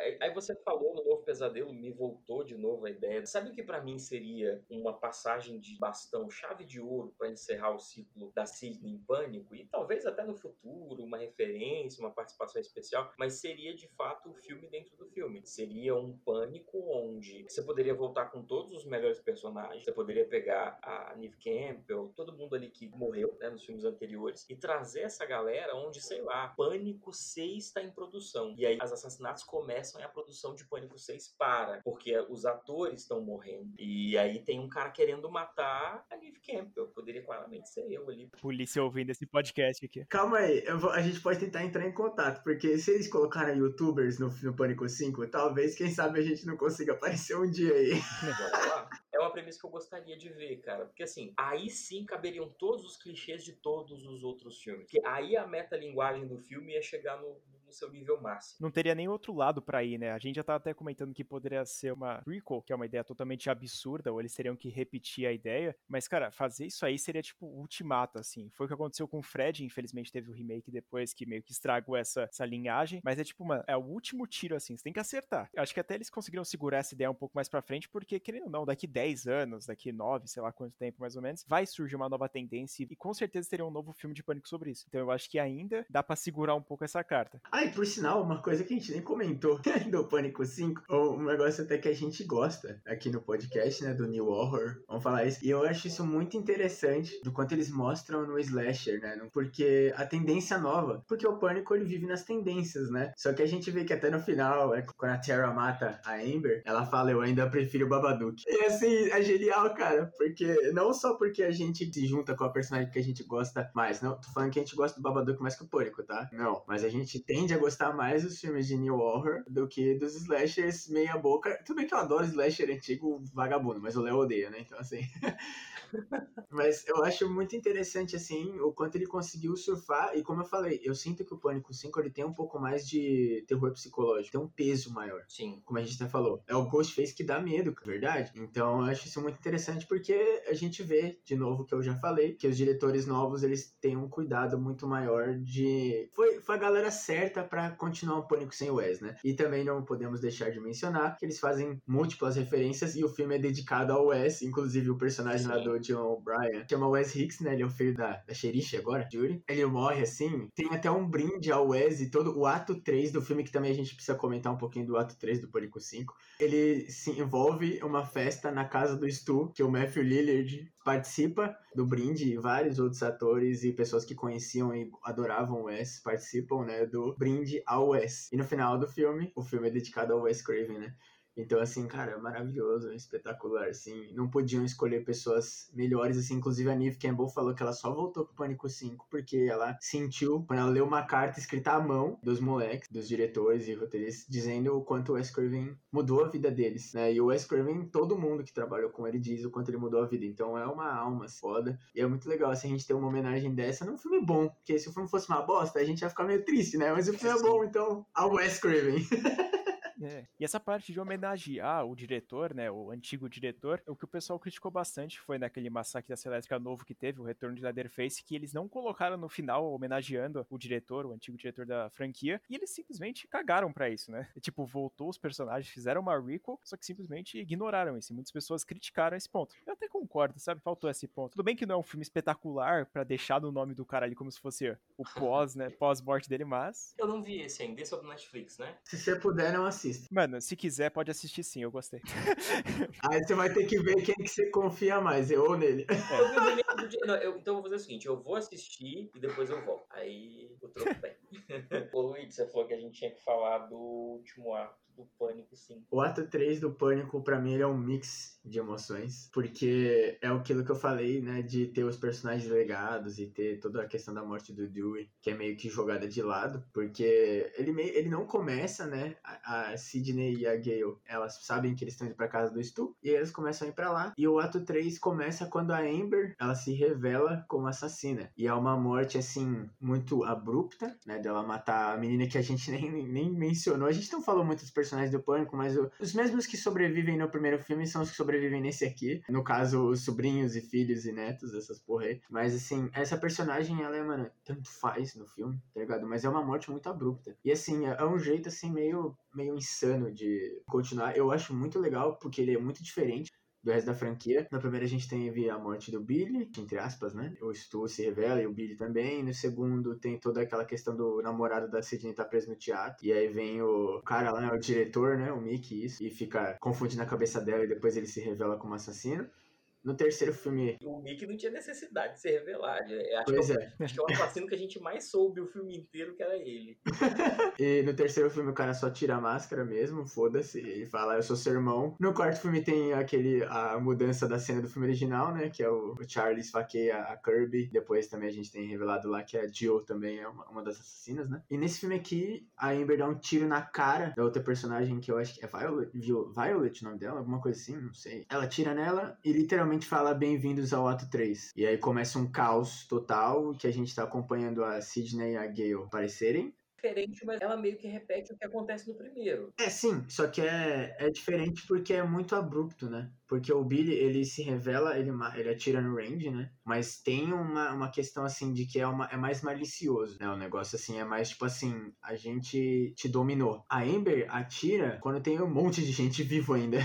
Aí você falou no Novo Pesadelo, me voltou de novo a ideia. Sabe o que pra mim seria uma passagem de bastão, chave de ouro pra encerrar o ciclo da Sidney em Pânico? E talvez até no futuro, uma referência, uma participação especial, mas seria de fato o filme dentro do filme. Seria um Pânico onde você poderia voltar com todos os melhores personagens, você poderia pegar a Neve Campbell, todo mundo ali que morreu, né, nos filmes anteriores, e trazer essa galera onde, sei lá, Pânico 6 está em produção. E aí os assassinatos começam e a produção de Pânico 6 para, porque os atores estão morrendo. E aí tem um cara querendo matar a Neve Campbell. Poderia claramente ser eu ali. Polícia ouvindo esse podcast aqui. Calma aí, a gente pode tentar entrar em contato, porque se eles colocarem youtubers no Pânico 5, talvez, quem sabe, a gente não consiga aparecer um dia aí. Bora lá. É uma premissa que eu gostaria de ver, cara. Porque assim, aí sim caberiam todos os clichês de todos os outros filmes. Porque aí a metalinguagem do filme ia chegar no seu nível máximo. Não teria nem outro lado pra ir, né? A gente já tava até comentando que poderia ser uma prequel, que é uma ideia totalmente absurda, ou eles teriam que repetir a ideia. Mas, cara, fazer isso aí seria tipo ultimato, assim. Foi o que aconteceu com o Fred, infelizmente teve o remake depois que meio que estragou essa linhagem. Mas é tipo, mano, é o último tiro, assim. Você tem que acertar. Eu acho que até eles conseguiram segurar essa ideia um pouco mais pra frente, porque, querendo ou não, daqui 10 anos, daqui 9, sei lá quanto tempo mais ou menos, vai surgir uma nova tendência e com certeza teria um novo filme de Pânico sobre isso. Então eu acho que ainda dá pra segurar um pouco essa carta. Ah, e por sinal, uma coisa que a gente nem comentou do Pânico 5, um negócio até que a gente gosta aqui no podcast, né, do New Horror, vamos falar isso, e eu acho isso muito interessante do quanto eles mostram no slasher, né, porque a tendência nova, porque o Pânico ele vive nas tendências, né, só que a gente vê que até no final, quando a Tara mata a Amber, ela fala, eu ainda prefiro o Babadook. E assim, é genial, cara, porque não só porque a gente se junta com a personagem que a gente gosta mais, não, tô falando que a gente gosta do Babadook mais que o Pânico, tá? Não, mas a gente tende a gostar mais dos filmes de New Horror do que dos slashers meia boca. Tudo bem que eu adoro slasher antigo vagabundo, mas o Léo odeia, né? Então, assim... Mas eu acho muito interessante, assim, o quanto ele conseguiu surfar. E como eu falei, eu sinto que o Pânico 5 ele tem um pouco mais de terror psicológico, tem um peso maior. Sim. Como a gente até falou. É o Ghostface que dá medo, verdade? Então eu acho isso muito interessante porque a gente vê, de novo, que eu já falei, que os diretores novos, eles têm um cuidado muito maior de... Foi a galera certa pra continuar o Pânico sem o Wes, né? E também não podemos deixar de mencionar que eles fazem múltiplas referências e o filme é dedicado ao Wes, inclusive o personagem lá do John O'Brien chama Wes Hicks, né? Ele é o filho da xerife agora, Judy. Ele morre assim. Tem até um brinde ao Wes e todo o ato 3 do filme, que também a gente precisa comentar um pouquinho do ato 3 do Pânico 5. Ele se envolve uma festa na casa do Stu, que o Matthew Lillard participa do brinde, e vários outros atores e pessoas que conheciam e adoravam o Wes participam, né, do brinde ao Wes. E no final do filme, o filme é dedicado ao Wes Craven, né? Então, assim, cara, é maravilhoso, é espetacular, assim. Não podiam escolher pessoas melhores, assim. Inclusive, a Neve Campbell falou que ela só voltou pro Pânico 5 porque ela sentiu, quando ela leu uma carta escrita à mão dos moleques, dos diretores e roteiristas, dizendo o quanto o Wes Craven mudou a vida deles, né? E o Wes Craven, todo mundo que trabalhou com ele diz o quanto ele mudou a vida. Então, é uma alma foda. E é muito legal, assim, a gente ter uma homenagem dessa num filme bom. Porque se o filme fosse uma bosta, a gente ia ficar meio triste, né? Mas o filme é bom, então, ao Wes Craven. É. E essa parte de homenagear o diretor, né, o antigo diretor, o que o pessoal criticou bastante foi naquele massacre da Serra Elétrica novo que teve, o retorno de Leatherface, que eles não colocaram no final homenageando o diretor, o antigo diretor da franquia, e eles simplesmente cagaram pra isso, né? E, tipo, voltou os personagens, fizeram uma recall, só que simplesmente ignoraram isso, e muitas pessoas criticaram esse ponto. Eu até concordo, sabe? Faltou esse ponto. Tudo bem que não é um filme espetacular pra deixar no nome do cara ali como se fosse o pós, né, pós-morte dele, mas... Eu não vi esse ainda, esse é o do Netflix, né? Se você puder, não assista. Mano, se quiser, pode assistir sim, eu gostei. Aí você vai ter que ver quem que você confia mais, eu ou nele. Eu vi o remake do dia. Não, então eu vou fazer o seguinte: eu vou assistir e depois eu volto. Aí o troco vem. Ô Luiz, você falou que a gente tinha que falar do último ato do Pânico, sim. O ato 3 do Pânico, pra mim, ele é um mix de emoções, porque é aquilo que eu falei, né, de ter os personagens legados e ter toda a questão da morte do Dewey, que é meio que jogada de lado, porque ele não começa, né, a Sidney e a Gale, elas sabem que eles estão indo pra casa do Stu, e eles começam a ir pra lá, e o ato 3 começa quando a Amber, ela se revela como assassina, e é uma morte, assim, muito abrupta, né, dela matar a menina que a gente nem mencionou, a gente não falou muito dos personagens personagens do Pânico, mas os mesmos que sobrevivem no primeiro filme são os que sobrevivem nesse aqui. No caso, os sobrinhos e filhos e netos, essas porra aí. Mas assim, essa personagem, ela é, mano, tanto faz no filme, tá ligado? Mas é uma morte muito abrupta. E assim, é um jeito assim meio insano de continuar. Eu acho muito legal, porque ele é muito diferente do resto da franquia. Na primeira a gente teve a morte do Billy, entre aspas, né? O Stu se revela e o Billy também. No segundo tem toda aquela questão do namorado da Sidney tá preso no teatro. E aí vem o cara lá, o diretor, né? O Mickey, isso. E fica confundindo a cabeça dela e depois ele se revela como assassino. No terceiro filme... O Mickey não tinha necessidade de se revelar. Pois é. Acho que é o assassino que a gente mais soube o filme inteiro que era ele. E no terceiro filme o cara só tira a máscara mesmo, foda-se, e fala, eu sou seu irmão. No quarto filme tem a mudança da cena do filme original, né, que é o Charlie esfaqueia a Kirby. Depois também a gente tem revelado lá que a Jill também é uma das assassinas, né. E nesse filme aqui, a Amber dá um tiro na cara da outra personagem, que eu acho que é Violet o nome dela, alguma coisa assim, não sei. Ela tira nela e literalmente fala bem-vindos ao ato 3. E aí começa um caos total, que a gente tá acompanhando a Sidney e a Gale aparecerem. Diferente, mas ela meio que repete o que acontece no primeiro. Sim, só que é diferente porque é muito abrupto, né? Porque o Billy, ele se revela, ele atira no range, né? Mas tem uma questão, assim, de que é mais malicioso, né? O negócio, assim, é mais, tipo assim, a gente te dominou. A Amber atira quando tem um monte de gente vivo ainda.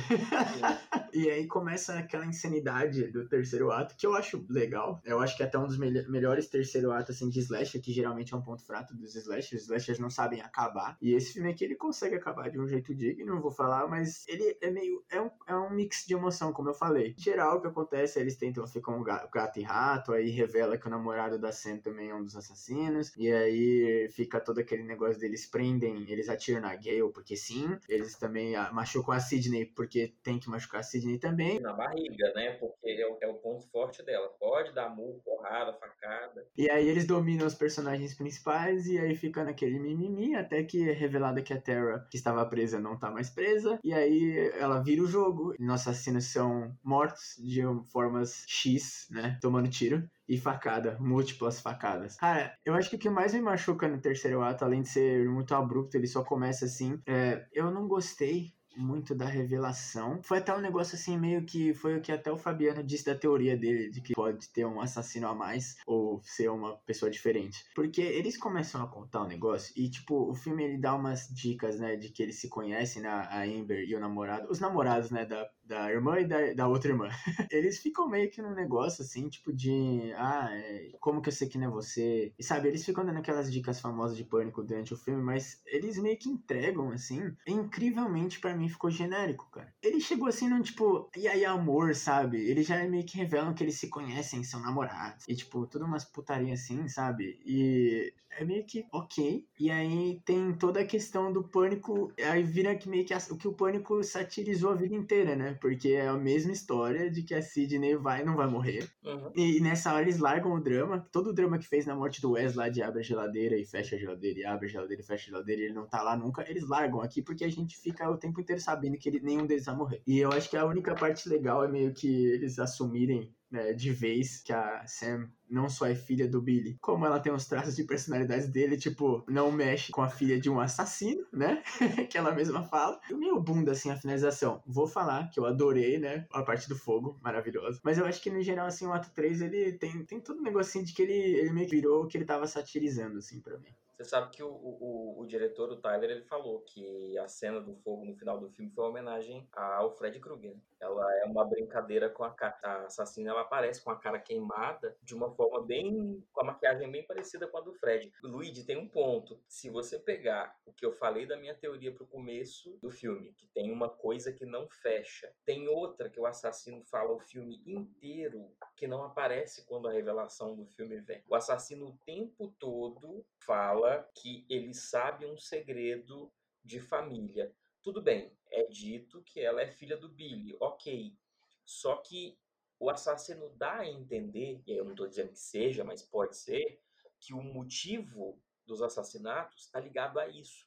E aí começa aquela insanidade do terceiro ato, que eu acho legal. Eu acho que é até um dos melhores terceiro atos, assim, de slasher, que geralmente é um ponto fraco dos slashers. Os slashers não sabem acabar. E esse filme aqui, ele consegue acabar de um jeito digno, não vou falar, mas ele é meio... É um mix de emoção, como eu falei. Em geral, o que acontece é eles tentam ficar um gato e rato, aí revela que o namorado da Sam também é um dos assassinos, e aí fica todo aquele negócio deles prendem, eles atiram na Gale, porque sim, eles também machucam a Sidney, porque tem que machucar a Sidney também. E na barriga, né? Porque é o ponto forte dela. Pode dar murro, porrada, facada. E aí eles dominam os personagens principais e aí fica naquele mimimi, até que é revelada que a Tara, que estava presa, não tá mais presa. E aí ela vira o jogo. E nossos assassinos são mortos de formas X, né? Tomando tiro. E facada, múltiplas facadas. Cara, eu acho que o que mais me machuca no terceiro ato, além de ser muito abrupto, ele só começa assim. Eu não gostei muito da revelação. Foi até um negócio assim, meio que foi o que até o Fabiano disse da teoria dele, de que pode ter um assassino a mais ou ser uma pessoa diferente. Porque eles começam a contar o negócio e, tipo, o filme ele dá umas dicas, né, de que eles se conhecem, né, a Amber e o namorado, os namorados, né, da irmã e da outra irmã. Eles ficam meio que num negócio assim, tipo de, como que eu sei que não é você? E sabe, eles ficam dando aquelas dicas famosas de pânico durante o filme, mas eles meio que entregam, assim, incrivelmente pra mim ficou genérico, cara. Ele chegou assim num tipo, e aí amor, sabe? Eles já meio que revelam que eles se conhecem, são namorados. E tipo, tudo umas putaria assim, sabe? E é meio que ok. E aí tem toda a questão do pânico. Aí vira que meio que o que o pânico satirizou a vida inteira, né? Porque é a mesma história de que a Sidney não vai morrer. Uhum. E nessa hora eles largam o drama. Todo o drama que fez na morte do Wes lá de abre a geladeira e fecha a geladeira, e abre a geladeira e fecha a geladeira, e ele não tá lá nunca. Eles largam aqui porque a gente fica o tempo inteiro sabendo que nenhum deles vai morrer. E eu acho que a única parte legal é meio que eles assumirem, né, de vez que a Sam não só é filha do Billy, como ela tem os traços de personalidade dele, tipo, não mexe com a filha de um assassino, né? Que ela mesma fala. E meio bunda, assim, a finalização. Vou falar que eu adorei, né? A parte do fogo, maravilhosa. Mas eu acho que, no geral, assim, o ato 3, ele tem todo um negocinho de que ele meio que virou o que ele tava satirizando, assim, pra mim. Você sabe que o diretor, o Tyler, ele falou que a cena do fogo no final do filme foi uma homenagem ao Fred Krueger. Ela é uma brincadeira com a assassina, ela aparece com a cara queimada de uma forma com a maquiagem bem parecida com a do Fred. Luigi, tem um ponto. Se você pegar o que eu falei da minha teoria pro começo do filme, que tem uma coisa que não fecha, tem outra que o assassino fala o filme inteiro que não aparece quando a revelação do filme vem. O assassino o tempo todo fala que ele sabe um segredo de família. Tudo bem, é dito que ela é filha do Billy, ok. Só que o assassino dá a entender, e aí eu não estou dizendo que seja, mas pode ser, que o motivo dos assassinatos está ligado a isso.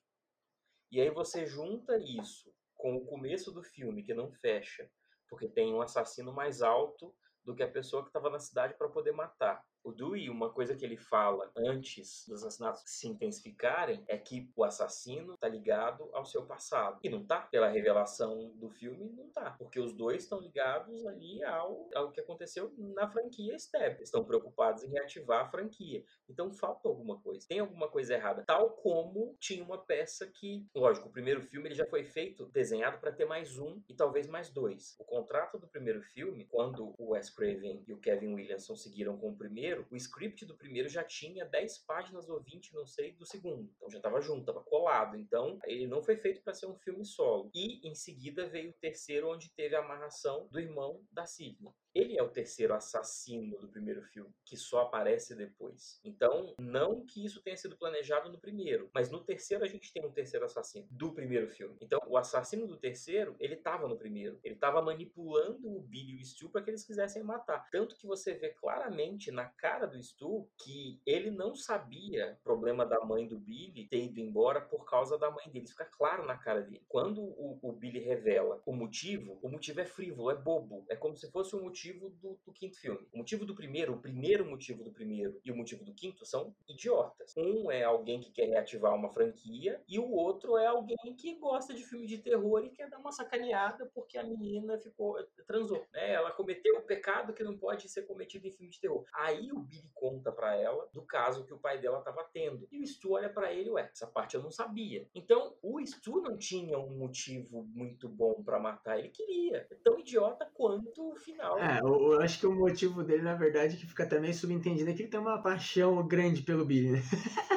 E aí você junta isso com o começo do filme, que não fecha, porque tem um assassino mais alto do que a pessoa que estava na cidade para poder matar. O Dewey, uma coisa que ele fala antes dos assassinatos se intensificarem é que o assassino tá ligado ao seu passado. E não tá. Pela revelação do filme, não tá. Porque os dois estão ligados ali ao que aconteceu na franquia Stab. Eles estão preocupados em reativar a franquia. Então falta alguma coisa. Tem alguma coisa errada. Tal como tinha uma peça que, lógico, o primeiro filme ele já foi feito, desenhado para ter mais um e talvez mais dois. O contrato do primeiro filme, quando o Wes Craven e o Kevin Williamson seguiram com o primeiro, o script do primeiro já tinha 10 páginas ou 20, não sei, do segundo. Então já estava junto, estava colado. Então ele não foi feito para ser um filme solo. E em seguida veio o terceiro, onde teve a amarração do irmão da Sidney. Ele é o terceiro assassino do primeiro filme, que só aparece depois. Então, não que isso tenha sido planejado no primeiro, mas no terceiro a gente tem um terceiro assassino do primeiro filme. Então, o assassino do terceiro, ele estava no primeiro. Ele estava manipulando o Billy e o Stu para que eles quisessem matar. Tanto que você vê claramente na cara do Stu que ele não sabia o problema da mãe do Billy ter ido embora por causa da mãe dele. Isso fica claro na cara dele. Quando o Billy revela o motivo é frívolo, é bobo. É como se fosse o motivo do quinto filme. O motivo do primeiro, o primeiro motivo do primeiro e o motivo do quinto são idiotas. Um é alguém que quer reativar uma franquia e o outro é alguém que gosta de filme de terror e quer dar uma sacaneada porque a menina transou, né? Ela cometeu o pecado que não pode ser cometido em filme de terror. Aí o Billy conta pra ela do caso que o pai dela tava tendo. E o Stu olha pra ele, essa parte eu não sabia. Então, o Stu não tinha um motivo muito bom pra matar. Ele queria. É tão idiota quanto o final. Eu acho que o motivo dele, na verdade, que fica até meio subentendido, é que ele tem uma paixão grande pelo Billy, né?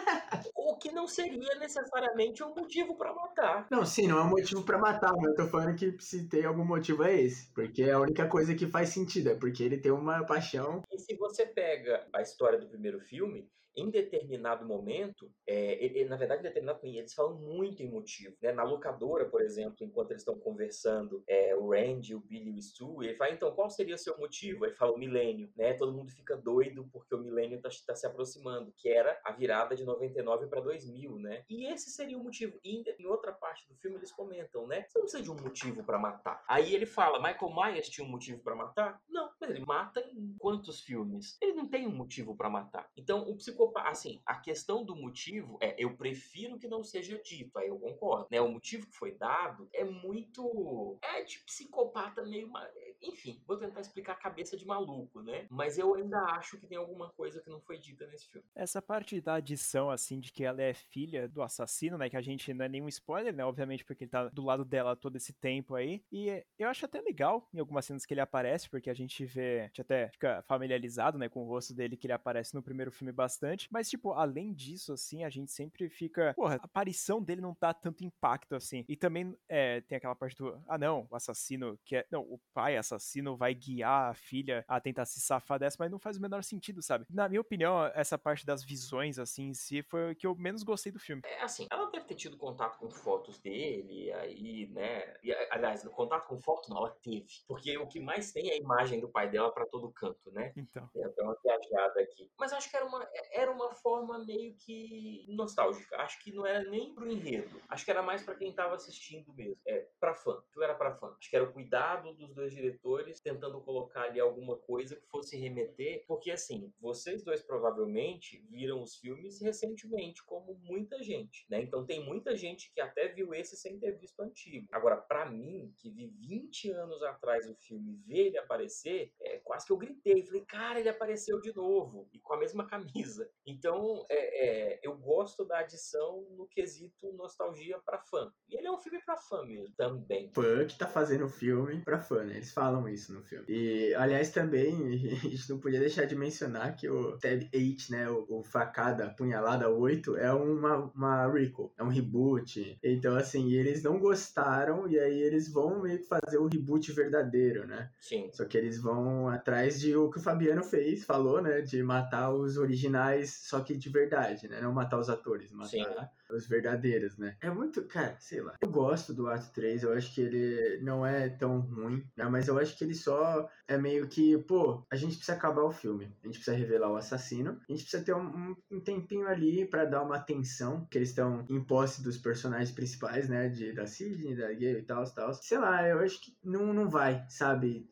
O que não seria necessariamente um motivo pra matar. Não, sim, não é um motivo pra matar, mas eu tô falando que se tem algum motivo é esse. Porque é a única coisa que faz sentido, é porque ele tem uma paixão. E se você pega a história do primeiro filme, em determinado momento, na verdade, em determinado momento, eles falam muito em motivo. Né? Na locadora, por exemplo, enquanto eles estão conversando, o Randy, o Billy e o Stu, ele fala, então, qual seria o seu motivo? Ele fala, o milênio. Né? Todo mundo fica doido porque o milênio tá se aproximando, que era a virada de 99 para 2000, né? E esse seria o motivo. E em outra parte do filme, eles comentam, né? Você não precisa de um motivo para matar. Aí ele fala, Michael Myers tinha um motivo para matar? Não, mas ele mata em quantos filmes? Ele não tem um motivo para matar. Então, o psicopata, assim, a questão do motivo eu prefiro que não seja dito, aí eu concordo, né? O motivo que foi dado é muito... é de psicopata meio... enfim, vou tentar explicar a cabeça de maluco, né? Mas eu ainda acho que tem alguma coisa que não foi dita nesse filme. Essa parte da adição, assim, de que ela é filha do assassino, né? Que a gente não é nenhum spoiler, né? Obviamente, porque ele tá do lado dela todo esse tempo aí. E eu acho até legal em algumas cenas que ele aparece, porque a gente até fica familiarizado, né? Com o rosto dele, que ele aparece no primeiro filme bastante. Mas, tipo, além disso, assim, a gente sempre fica... Porra, a aparição dele não dá tanto impacto, assim. E também tem aquela parte do... Ah, não, o assassino não, o pai assassino vai guiar a filha a tentar se safar dessa, mas não faz o menor sentido, sabe? Na minha opinião, essa parte das visões, assim, em si, foi o que eu menos gostei do filme. Assim, ela deve ter tido contato com fotos dele, aí, né? E, aliás, no contato com foto, não, ela teve. Porque o que mais tem é a imagem do pai dela pra todo canto, né? Então. Eu tenho uma viajada aqui. Mas acho que era uma forma meio que nostálgica. Acho que não era nem pro enredo. Acho que era mais pra quem tava assistindo mesmo. Pra fã. Aquilo era pra fã. Acho que era o cuidado dos dois diretores tentando colocar ali alguma coisa que fosse remeter. Porque, assim, vocês dois provavelmente viram os filmes recentemente, como muita gente, né? Então tem muita gente que até viu esse sem ter visto o antigo. Agora, pra mim, que vi 20 anos atrás o filme, ver ele aparecer, quase que eu gritei. Falei, cara, ele apareceu de novo. E com a mesma camisa. Então, eu gosto da adição no quesito nostalgia pra fã. E ele é um filme pra fã mesmo, também. Fã que tá fazendo o filme pra fã, né? Eles falam isso no filme. E, aliás, também, a gente não podia deixar de mencionar que o Tab 8, né? O facada, apunhalada 8, é uma recall, é um reboot. Então, assim, eles não gostaram e aí eles vão meio que fazer o reboot verdadeiro, né? Sim. Só que eles vão atrás de o que o Fabiano falou, né? De matar os originais, só que de verdade, né? Não matar os atores, matar... Sim. Os verdadeiros, né? É muito, cara, sei lá. Eu gosto do ato 3, eu acho que ele não é tão ruim, né? Mas eu acho que ele só é meio que, pô, a gente precisa acabar o filme. A gente precisa revelar o assassino. A gente precisa ter um tempinho ali pra dar uma atenção, que eles estão em posse dos personagens principais, né? Da Sidney, da Gale e tal. Sei lá, eu acho que não vai, sabe?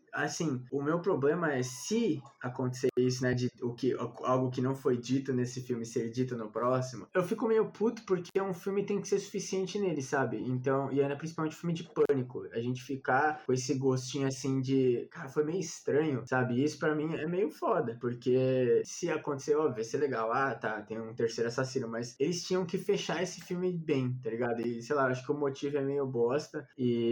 assim, o meu problema é se acontecer isso, né, de algo que não foi dito nesse filme ser dito no próximo, eu fico meio puto porque um filme tem que ser suficiente nele, sabe? Então, e ainda principalmente filme de pânico, a gente ficar com esse gostinho assim de, cara, foi meio estranho, sabe? Isso pra mim é meio foda, porque se acontecer, óbvio, vai ser legal, tá, tem um terceiro assassino, mas eles tinham que fechar esse filme bem, tá ligado? E, sei lá, acho que o motivo é meio bosta,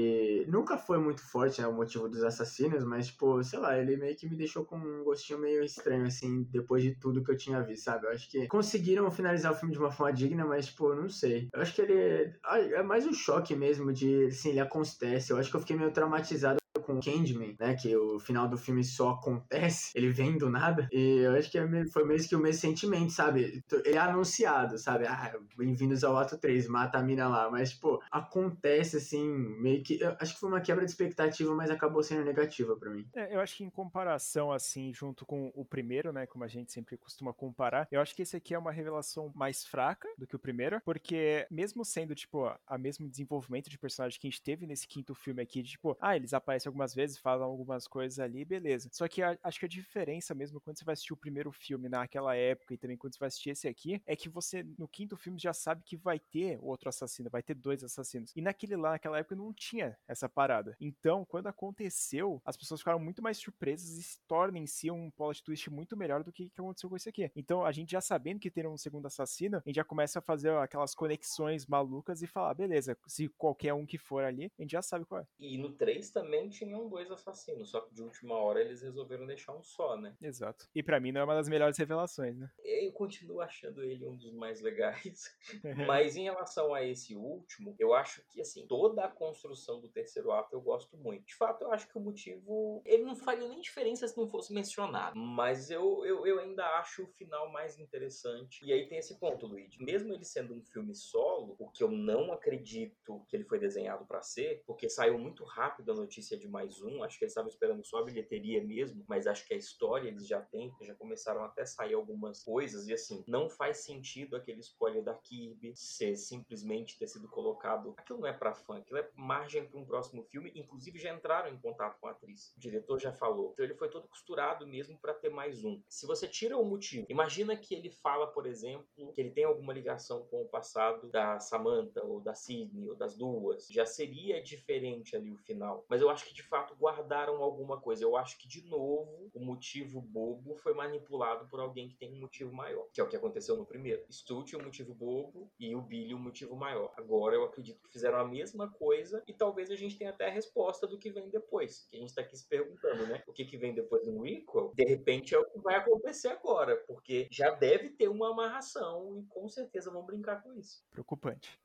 e nunca foi muito forte, né, o motivo dos assassinos, mas, tipo, sei lá, ele meio que me deixou com um gostinho meio estranho, assim, depois de tudo que eu tinha visto, sabe? Eu acho que conseguiram finalizar o filme de uma forma digna, mas, tipo, eu não sei. Eu acho que ele é mais um choque mesmo de, assim, ele acontece. Eu acho que eu fiquei meio traumatizado com Candyman, né, que o final do filme só acontece, ele vem do nada, e eu acho que foi meio que o mesmo sentimento, sabe? Ele é anunciado, sabe? Bem-vindos ao ato 3, mata a mina lá, mas, pô, acontece, assim, meio que, eu acho que foi uma quebra de expectativa, mas acabou sendo negativa pra mim. Eu acho que em comparação, assim, junto com o primeiro, né, como a gente sempre costuma comparar, eu acho que esse aqui é uma revelação mais fraca do que o primeiro, porque mesmo sendo, tipo, a mesmo desenvolvimento de personagem que a gente teve nesse quinto filme aqui, de, tipo, eles aparecem algumas vezes, falam algumas coisas ali, beleza. Só que acho que a diferença mesmo quando você vai assistir o primeiro filme naquela época e também quando você vai assistir esse aqui, é que você, no quinto filme, já sabe que vai ter outro assassino, vai ter 2 assassinos. E naquela época, não tinha essa parada. Então, quando aconteceu, as pessoas ficaram muito mais surpresas e se torna em si um plot twist muito melhor do que aconteceu com esse aqui. Então, a gente já sabendo que tem um segundo assassino, a gente já começa a fazer aquelas conexões malucas e falar, beleza, se qualquer um que for ali, a gente já sabe qual é. E no 3 também tinham 2 assassinos, só que de última hora eles resolveram deixar um só, né? Exato. E pra mim não é uma das melhores revelações, né? Eu continuo achando ele um dos mais legais. Mas em relação a esse último, eu acho que, assim, toda a construção do terceiro ato eu gosto muito. De fato, eu acho que o motivo... ele não faria nem diferença se não fosse mencionado. Mas eu ainda acho o final mais interessante. E aí tem esse ponto, Luigi. Mesmo ele sendo um filme solo, o que eu não acredito que ele foi desenhado pra ser, porque saiu muito rápido a notícia de mais um. Acho que eles estavam esperando só a bilheteria mesmo. Mas acho que a história eles já têm. Já começaram até a sair algumas coisas. E assim, não faz sentido aquele spoiler da Kirby ser simplesmente ter sido colocado. Aquilo não é pra fã, aquilo é margem para um próximo filme. Inclusive já entraram em contato com a atriz. O diretor já falou. Então ele foi todo costurado mesmo para ter mais um. Se você tira o motivo, imagina que ele fala, por exemplo, que ele tem alguma ligação com o passado da Samantha ou da Sydney ou das duas. Já seria diferente ali o final. Mas eu acho que de fato guardaram alguma coisa. Eu acho que de novo o motivo bobo foi manipulado por alguém que tem um motivo maior, que é o que aconteceu no primeiro. Stu tinha um motivo bobo e o Billy um motivo maior. Agora eu acredito que fizeram a mesma coisa e talvez a gente tenha até a resposta do que vem depois, que a gente tá aqui se perguntando, né? O que vem depois do requel, de repente é o que vai acontecer agora, porque já deve ter uma amarração e com certeza vão brincar com isso. Preocupante.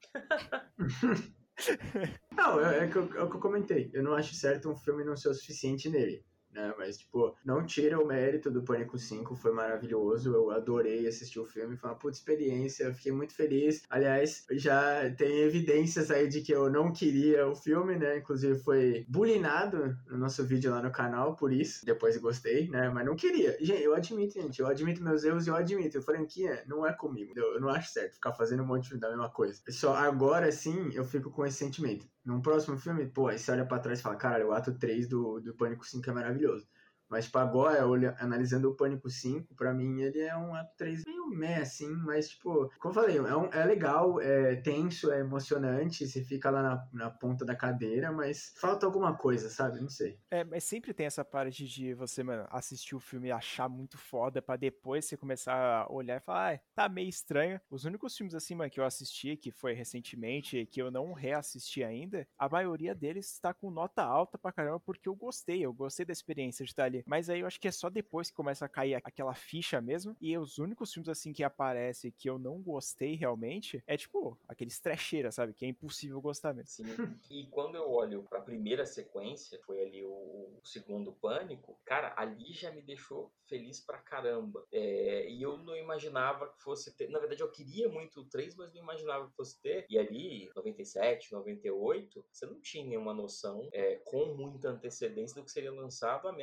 Não, é o que eu comentei. Eu não acho certo um filme não ser o suficiente nele, né? Mas, tipo, não tira o mérito do Pânico 5, foi maravilhoso. Eu adorei assistir o filme, foi uma puta experiência. Eu fiquei muito feliz. Aliás, já tem evidências aí de que eu não queria o filme, né? Inclusive, foi bulinado no nosso vídeo lá no canal, por isso. Depois gostei, né? Mas não queria. Gente, eu admito meus erros e eu admito. A franquia não é comigo. Eu não acho certo ficar fazendo um monte de filme da mesma coisa. Só agora sim eu fico com esse sentimento. Num próximo filme, pô, aí você olha pra trás e fala, caralho, o ato 3 do Pânico 5 é maravilhoso. Mas, tipo, agora, analisando o Pânico 5, pra mim ele é um ato 3 meio meh, assim, mas, tipo, como eu falei, é legal, é tenso, é emocionante, você fica lá na ponta da cadeira, mas falta alguma coisa, sabe? Não sei. Mas sempre tem essa parte de você, mano, assistir o filme e achar muito foda pra depois você começar a olhar e falar, tá meio estranho. Os únicos filmes assim, mano, que eu assisti, que foi recentemente, que eu não reassisti ainda, a maioria deles está com nota alta pra caramba porque eu gostei da experiência de estar ali. Mas aí eu acho que é só depois que começa a cair aquela ficha mesmo. E os únicos filmes assim que aparecem que eu não gostei realmente é tipo aqueles trecheira, sabe? Que é impossível gostar mesmo. Sim. E quando eu olho pra primeira sequência, foi ali o segundo Pânico, cara, ali já me deixou feliz pra caramba. E eu não imaginava que fosse ter. Na verdade, eu queria muito o 3, mas não imaginava que fosse ter. E ali, 97, 98, você não tinha uma noção com muita antecedência do que seria lançado, a menos que você tivesse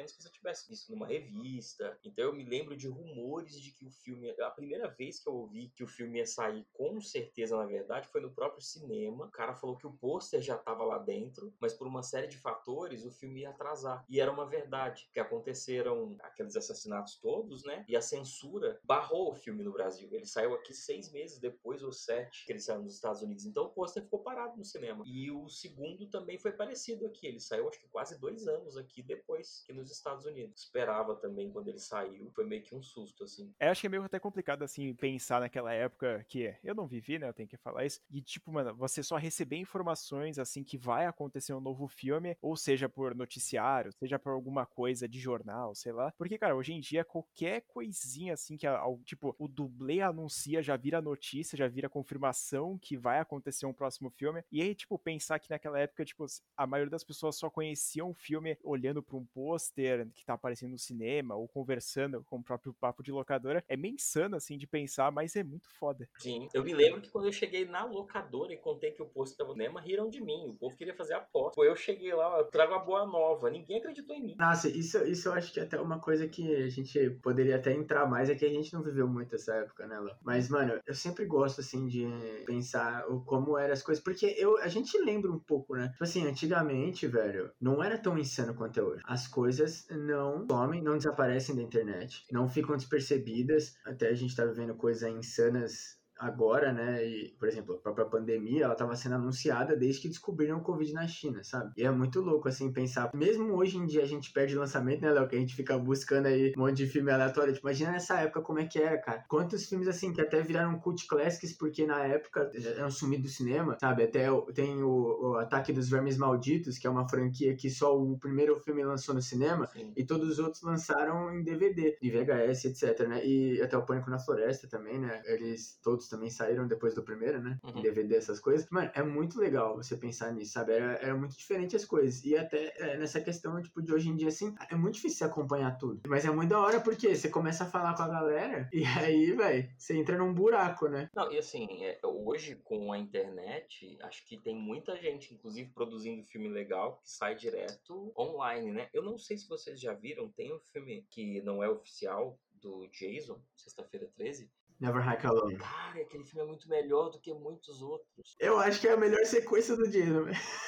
tivesse visto numa revista. Então eu me lembro de rumores de que o filme... A primeira vez que eu ouvi que o filme ia sair, com certeza, na verdade, foi no próprio cinema. O cara falou que o pôster já estava lá dentro, mas por uma série de fatores o filme ia atrasar. E era uma verdade, que aconteceram aqueles assassinatos todos, né? E a censura barrou o filme no Brasil. Ele saiu aqui 6 meses depois, ou 7, que ele saiu nos Estados Unidos. Então o pôster ficou parado no cinema. E o segundo também foi parecido aqui. Ele saiu, acho que quase 2 anos aqui depois que nos Estados Unidos. Esperava também quando ele saiu. Foi meio que um susto, assim. Acho que é meio até complicado, assim, pensar naquela época que eu não vivi, né? Eu tenho que falar isso. E, tipo, mano, você só receber informações, assim, que vai acontecer um novo filme, ou seja por noticiário, seja por alguma coisa de jornal, sei lá. Porque, cara, hoje em dia, qualquer coisinha, assim, que, tipo, o dublê anuncia, já vira notícia, já vira confirmação que vai acontecer um próximo filme. E aí, tipo, pensar que naquela época, tipo, a maioria das pessoas só conheciam o filme olhando pra um pôster que tá aparecendo no cinema, ou conversando com o próprio papo de locadora, é meio insano, assim, de pensar, mas é muito foda. Sim, eu me lembro que quando eu cheguei na locadora e contei que o pôster tava no cinema, riram de mim. O povo queria fazer aposta. Pô, eu cheguei lá, eu trago a boa nova. Ninguém acreditou em mim. Nossa, isso eu acho que é até uma coisa que a gente poderia até entrar mais, é que a gente não viveu muito essa época, né, Léo? Mas, mano, eu sempre gosto, assim, de pensar como eram as coisas, porque a gente lembra um pouco, né? Tipo assim, antigamente, velho, não era tão insano quanto é hoje. As coisas não somem, não desaparecem da internet, não ficam despercebidas, até a gente tá vivendo coisas insanas agora, né, e, por exemplo, a própria pandemia, ela estava sendo anunciada desde que descobriram o Covid na China, sabe? E é muito louco, assim, pensar, mesmo hoje em dia a gente perde lançamento, né, Léo, que a gente fica buscando aí um monte de filme aleatório, tipo, imagina nessa época como é que era, cara. Quantos filmes, assim, que até viraram cult classics, porque na época eram sumidos do cinema, sabe? Até tem o Ataque dos Vermes Malditos, que é uma franquia que só o primeiro filme lançou no cinema, Sim. e todos os outros lançaram em DVD, de VHS, etc, né? E até o Pânico na Floresta também, né? Eles todos também saíram depois do primeiro, né? Em DVD, essas coisas. Mano, é muito legal você pensar nisso, sabe? Era muito diferente as coisas. E até nessa questão, tipo, de hoje em dia, assim, é muito difícil acompanhar tudo. Mas é muito da hora porque você começa a falar com a galera e aí, velho, você entra num buraco, né? Não, e assim, hoje com a internet, acho que tem muita gente, inclusive, produzindo filme legal que sai direto online, né? Eu não sei se vocês já viram, tem um filme que não é oficial, do Jason, Sexta-feira 13. Never Hike Alone. Cara, aquele filme é muito melhor do que muitos outros. Eu acho que é a melhor sequência do Jason.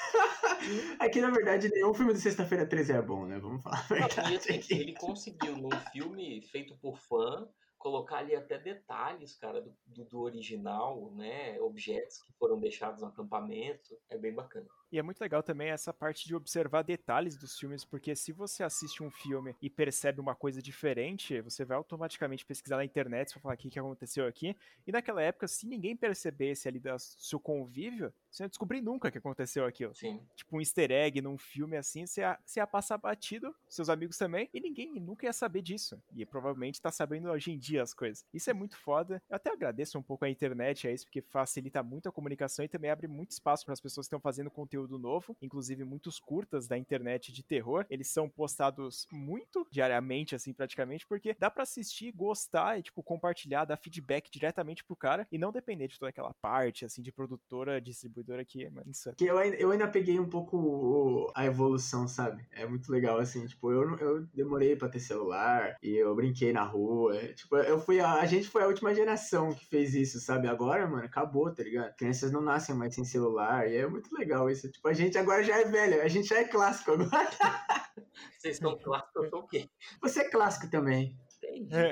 Aqui, na verdade, nenhum filme de Sexta-feira 13 é bom, né? Vamos falar a verdade. E assim, ele conseguiu, num filme feito por fã, colocar ali até detalhes, cara, do original, né? Objetos que foram deixados no acampamento. É bem bacana. E é muito legal também essa parte de observar detalhes dos filmes, porque se você assiste um filme e percebe uma coisa diferente, você vai automaticamente pesquisar na internet para falar o que aconteceu aqui. E naquela época, se ninguém percebesse ali do seu convívio, você não ia descobrir nunca que aconteceu aquilo. Sim. Tipo um easter egg num filme assim, você ia passar batido, seus amigos também, e ninguém nunca ia saber disso. E provavelmente tá sabendo hoje em dia as coisas. Isso é muito foda. Eu até agradeço um pouco a internet a isso, porque facilita muito a comunicação e também abre muito espaço para as pessoas que estão fazendo conteúdo novo, inclusive muitos curtas da internet de terror, eles são postados muito diariamente, assim, praticamente, porque dá pra assistir, gostar e, tipo, compartilhar, dar feedback diretamente pro cara e não depender de toda aquela parte, assim, de produtora, distribuidora que é insano. Que eu ainda peguei um pouco a evolução, sabe? É muito legal, assim, tipo, eu demorei pra ter celular e eu brinquei na rua, tipo, a gente foi a última geração que fez isso, sabe? Agora, mano, acabou, tá ligado? Crianças não nascem mais sem celular e é muito legal isso, tipo, a gente agora já é velho, a gente já é clássico agora. Vocês são clássicos, eu sou o quê? Você é clássico também. Entendi. É.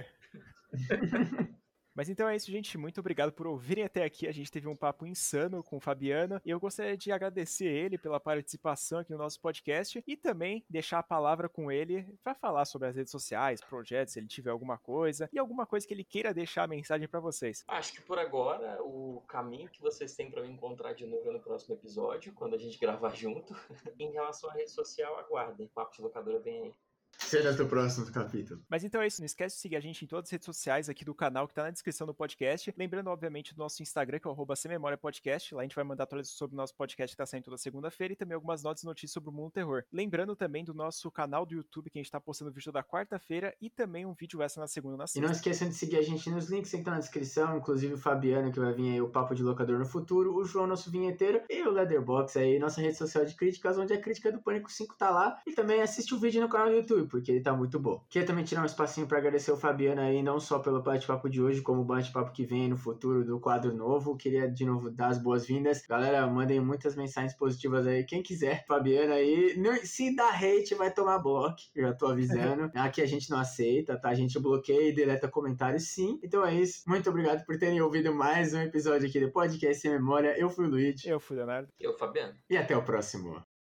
Mas então é isso, gente. Muito obrigado por ouvirem até aqui. A gente teve um papo insano com o Fabiano e eu gostaria de agradecer ele pela participação aqui no nosso podcast e também deixar a palavra com ele para falar sobre as redes sociais, projetos, se ele tiver alguma coisa e alguma coisa que ele queira deixar a mensagem para vocês. Acho que por agora o caminho que vocês têm para me encontrar de novo é no próximo episódio, quando a gente gravar junto. Em relação à rede social, aguardem. Papo de Locadora vem aí. Será do próximo capítulo. Mas então é isso, não esquece de seguir a gente em todas as redes sociais aqui do canal que tá na descrição do podcast. Lembrando, obviamente, do nosso Instagram, que é o @SemMemoriaPodcast. Lá a gente vai mandar atualizações sobre o nosso podcast que tá saindo toda segunda-feira e também algumas notas e notícias sobre o mundo terror. Lembrando também do nosso canal do YouTube, que a gente tá postando vídeo da quarta-feira e também um vídeo extra na segunda e na sexta. E não esqueçam de seguir a gente nos links que estão na descrição, inclusive o Fabiano, que vai vir aí o Papo de Locador no futuro, o João, nosso vinheteiro, e o Leatherbox aí, nossa rede social de críticas, onde a crítica do Pânico 5 tá lá. E também assiste o vídeo no canal do YouTube. assistindo, porque ele tá muito bom. Queria também tirar um espacinho pra agradecer o Fabiano aí, não só pelo bate-papo de hoje, como o bate-papo que vem aí no futuro do quadro novo. Queria, de novo, dar as boas-vindas. Galera, mandem muitas mensagens positivas aí. Quem quiser, Fabiano aí, se dá hate, vai tomar bloco. Já tô avisando. Aqui a gente não aceita, tá? A gente bloqueia e deleta comentários, sim. Então é isso. Muito obrigado por terem ouvido mais um episódio aqui do Podcast Sem Memória. Eu fui o Luiz. Eu fui o Leonardo. Eu, Fabiano. E até o próximo.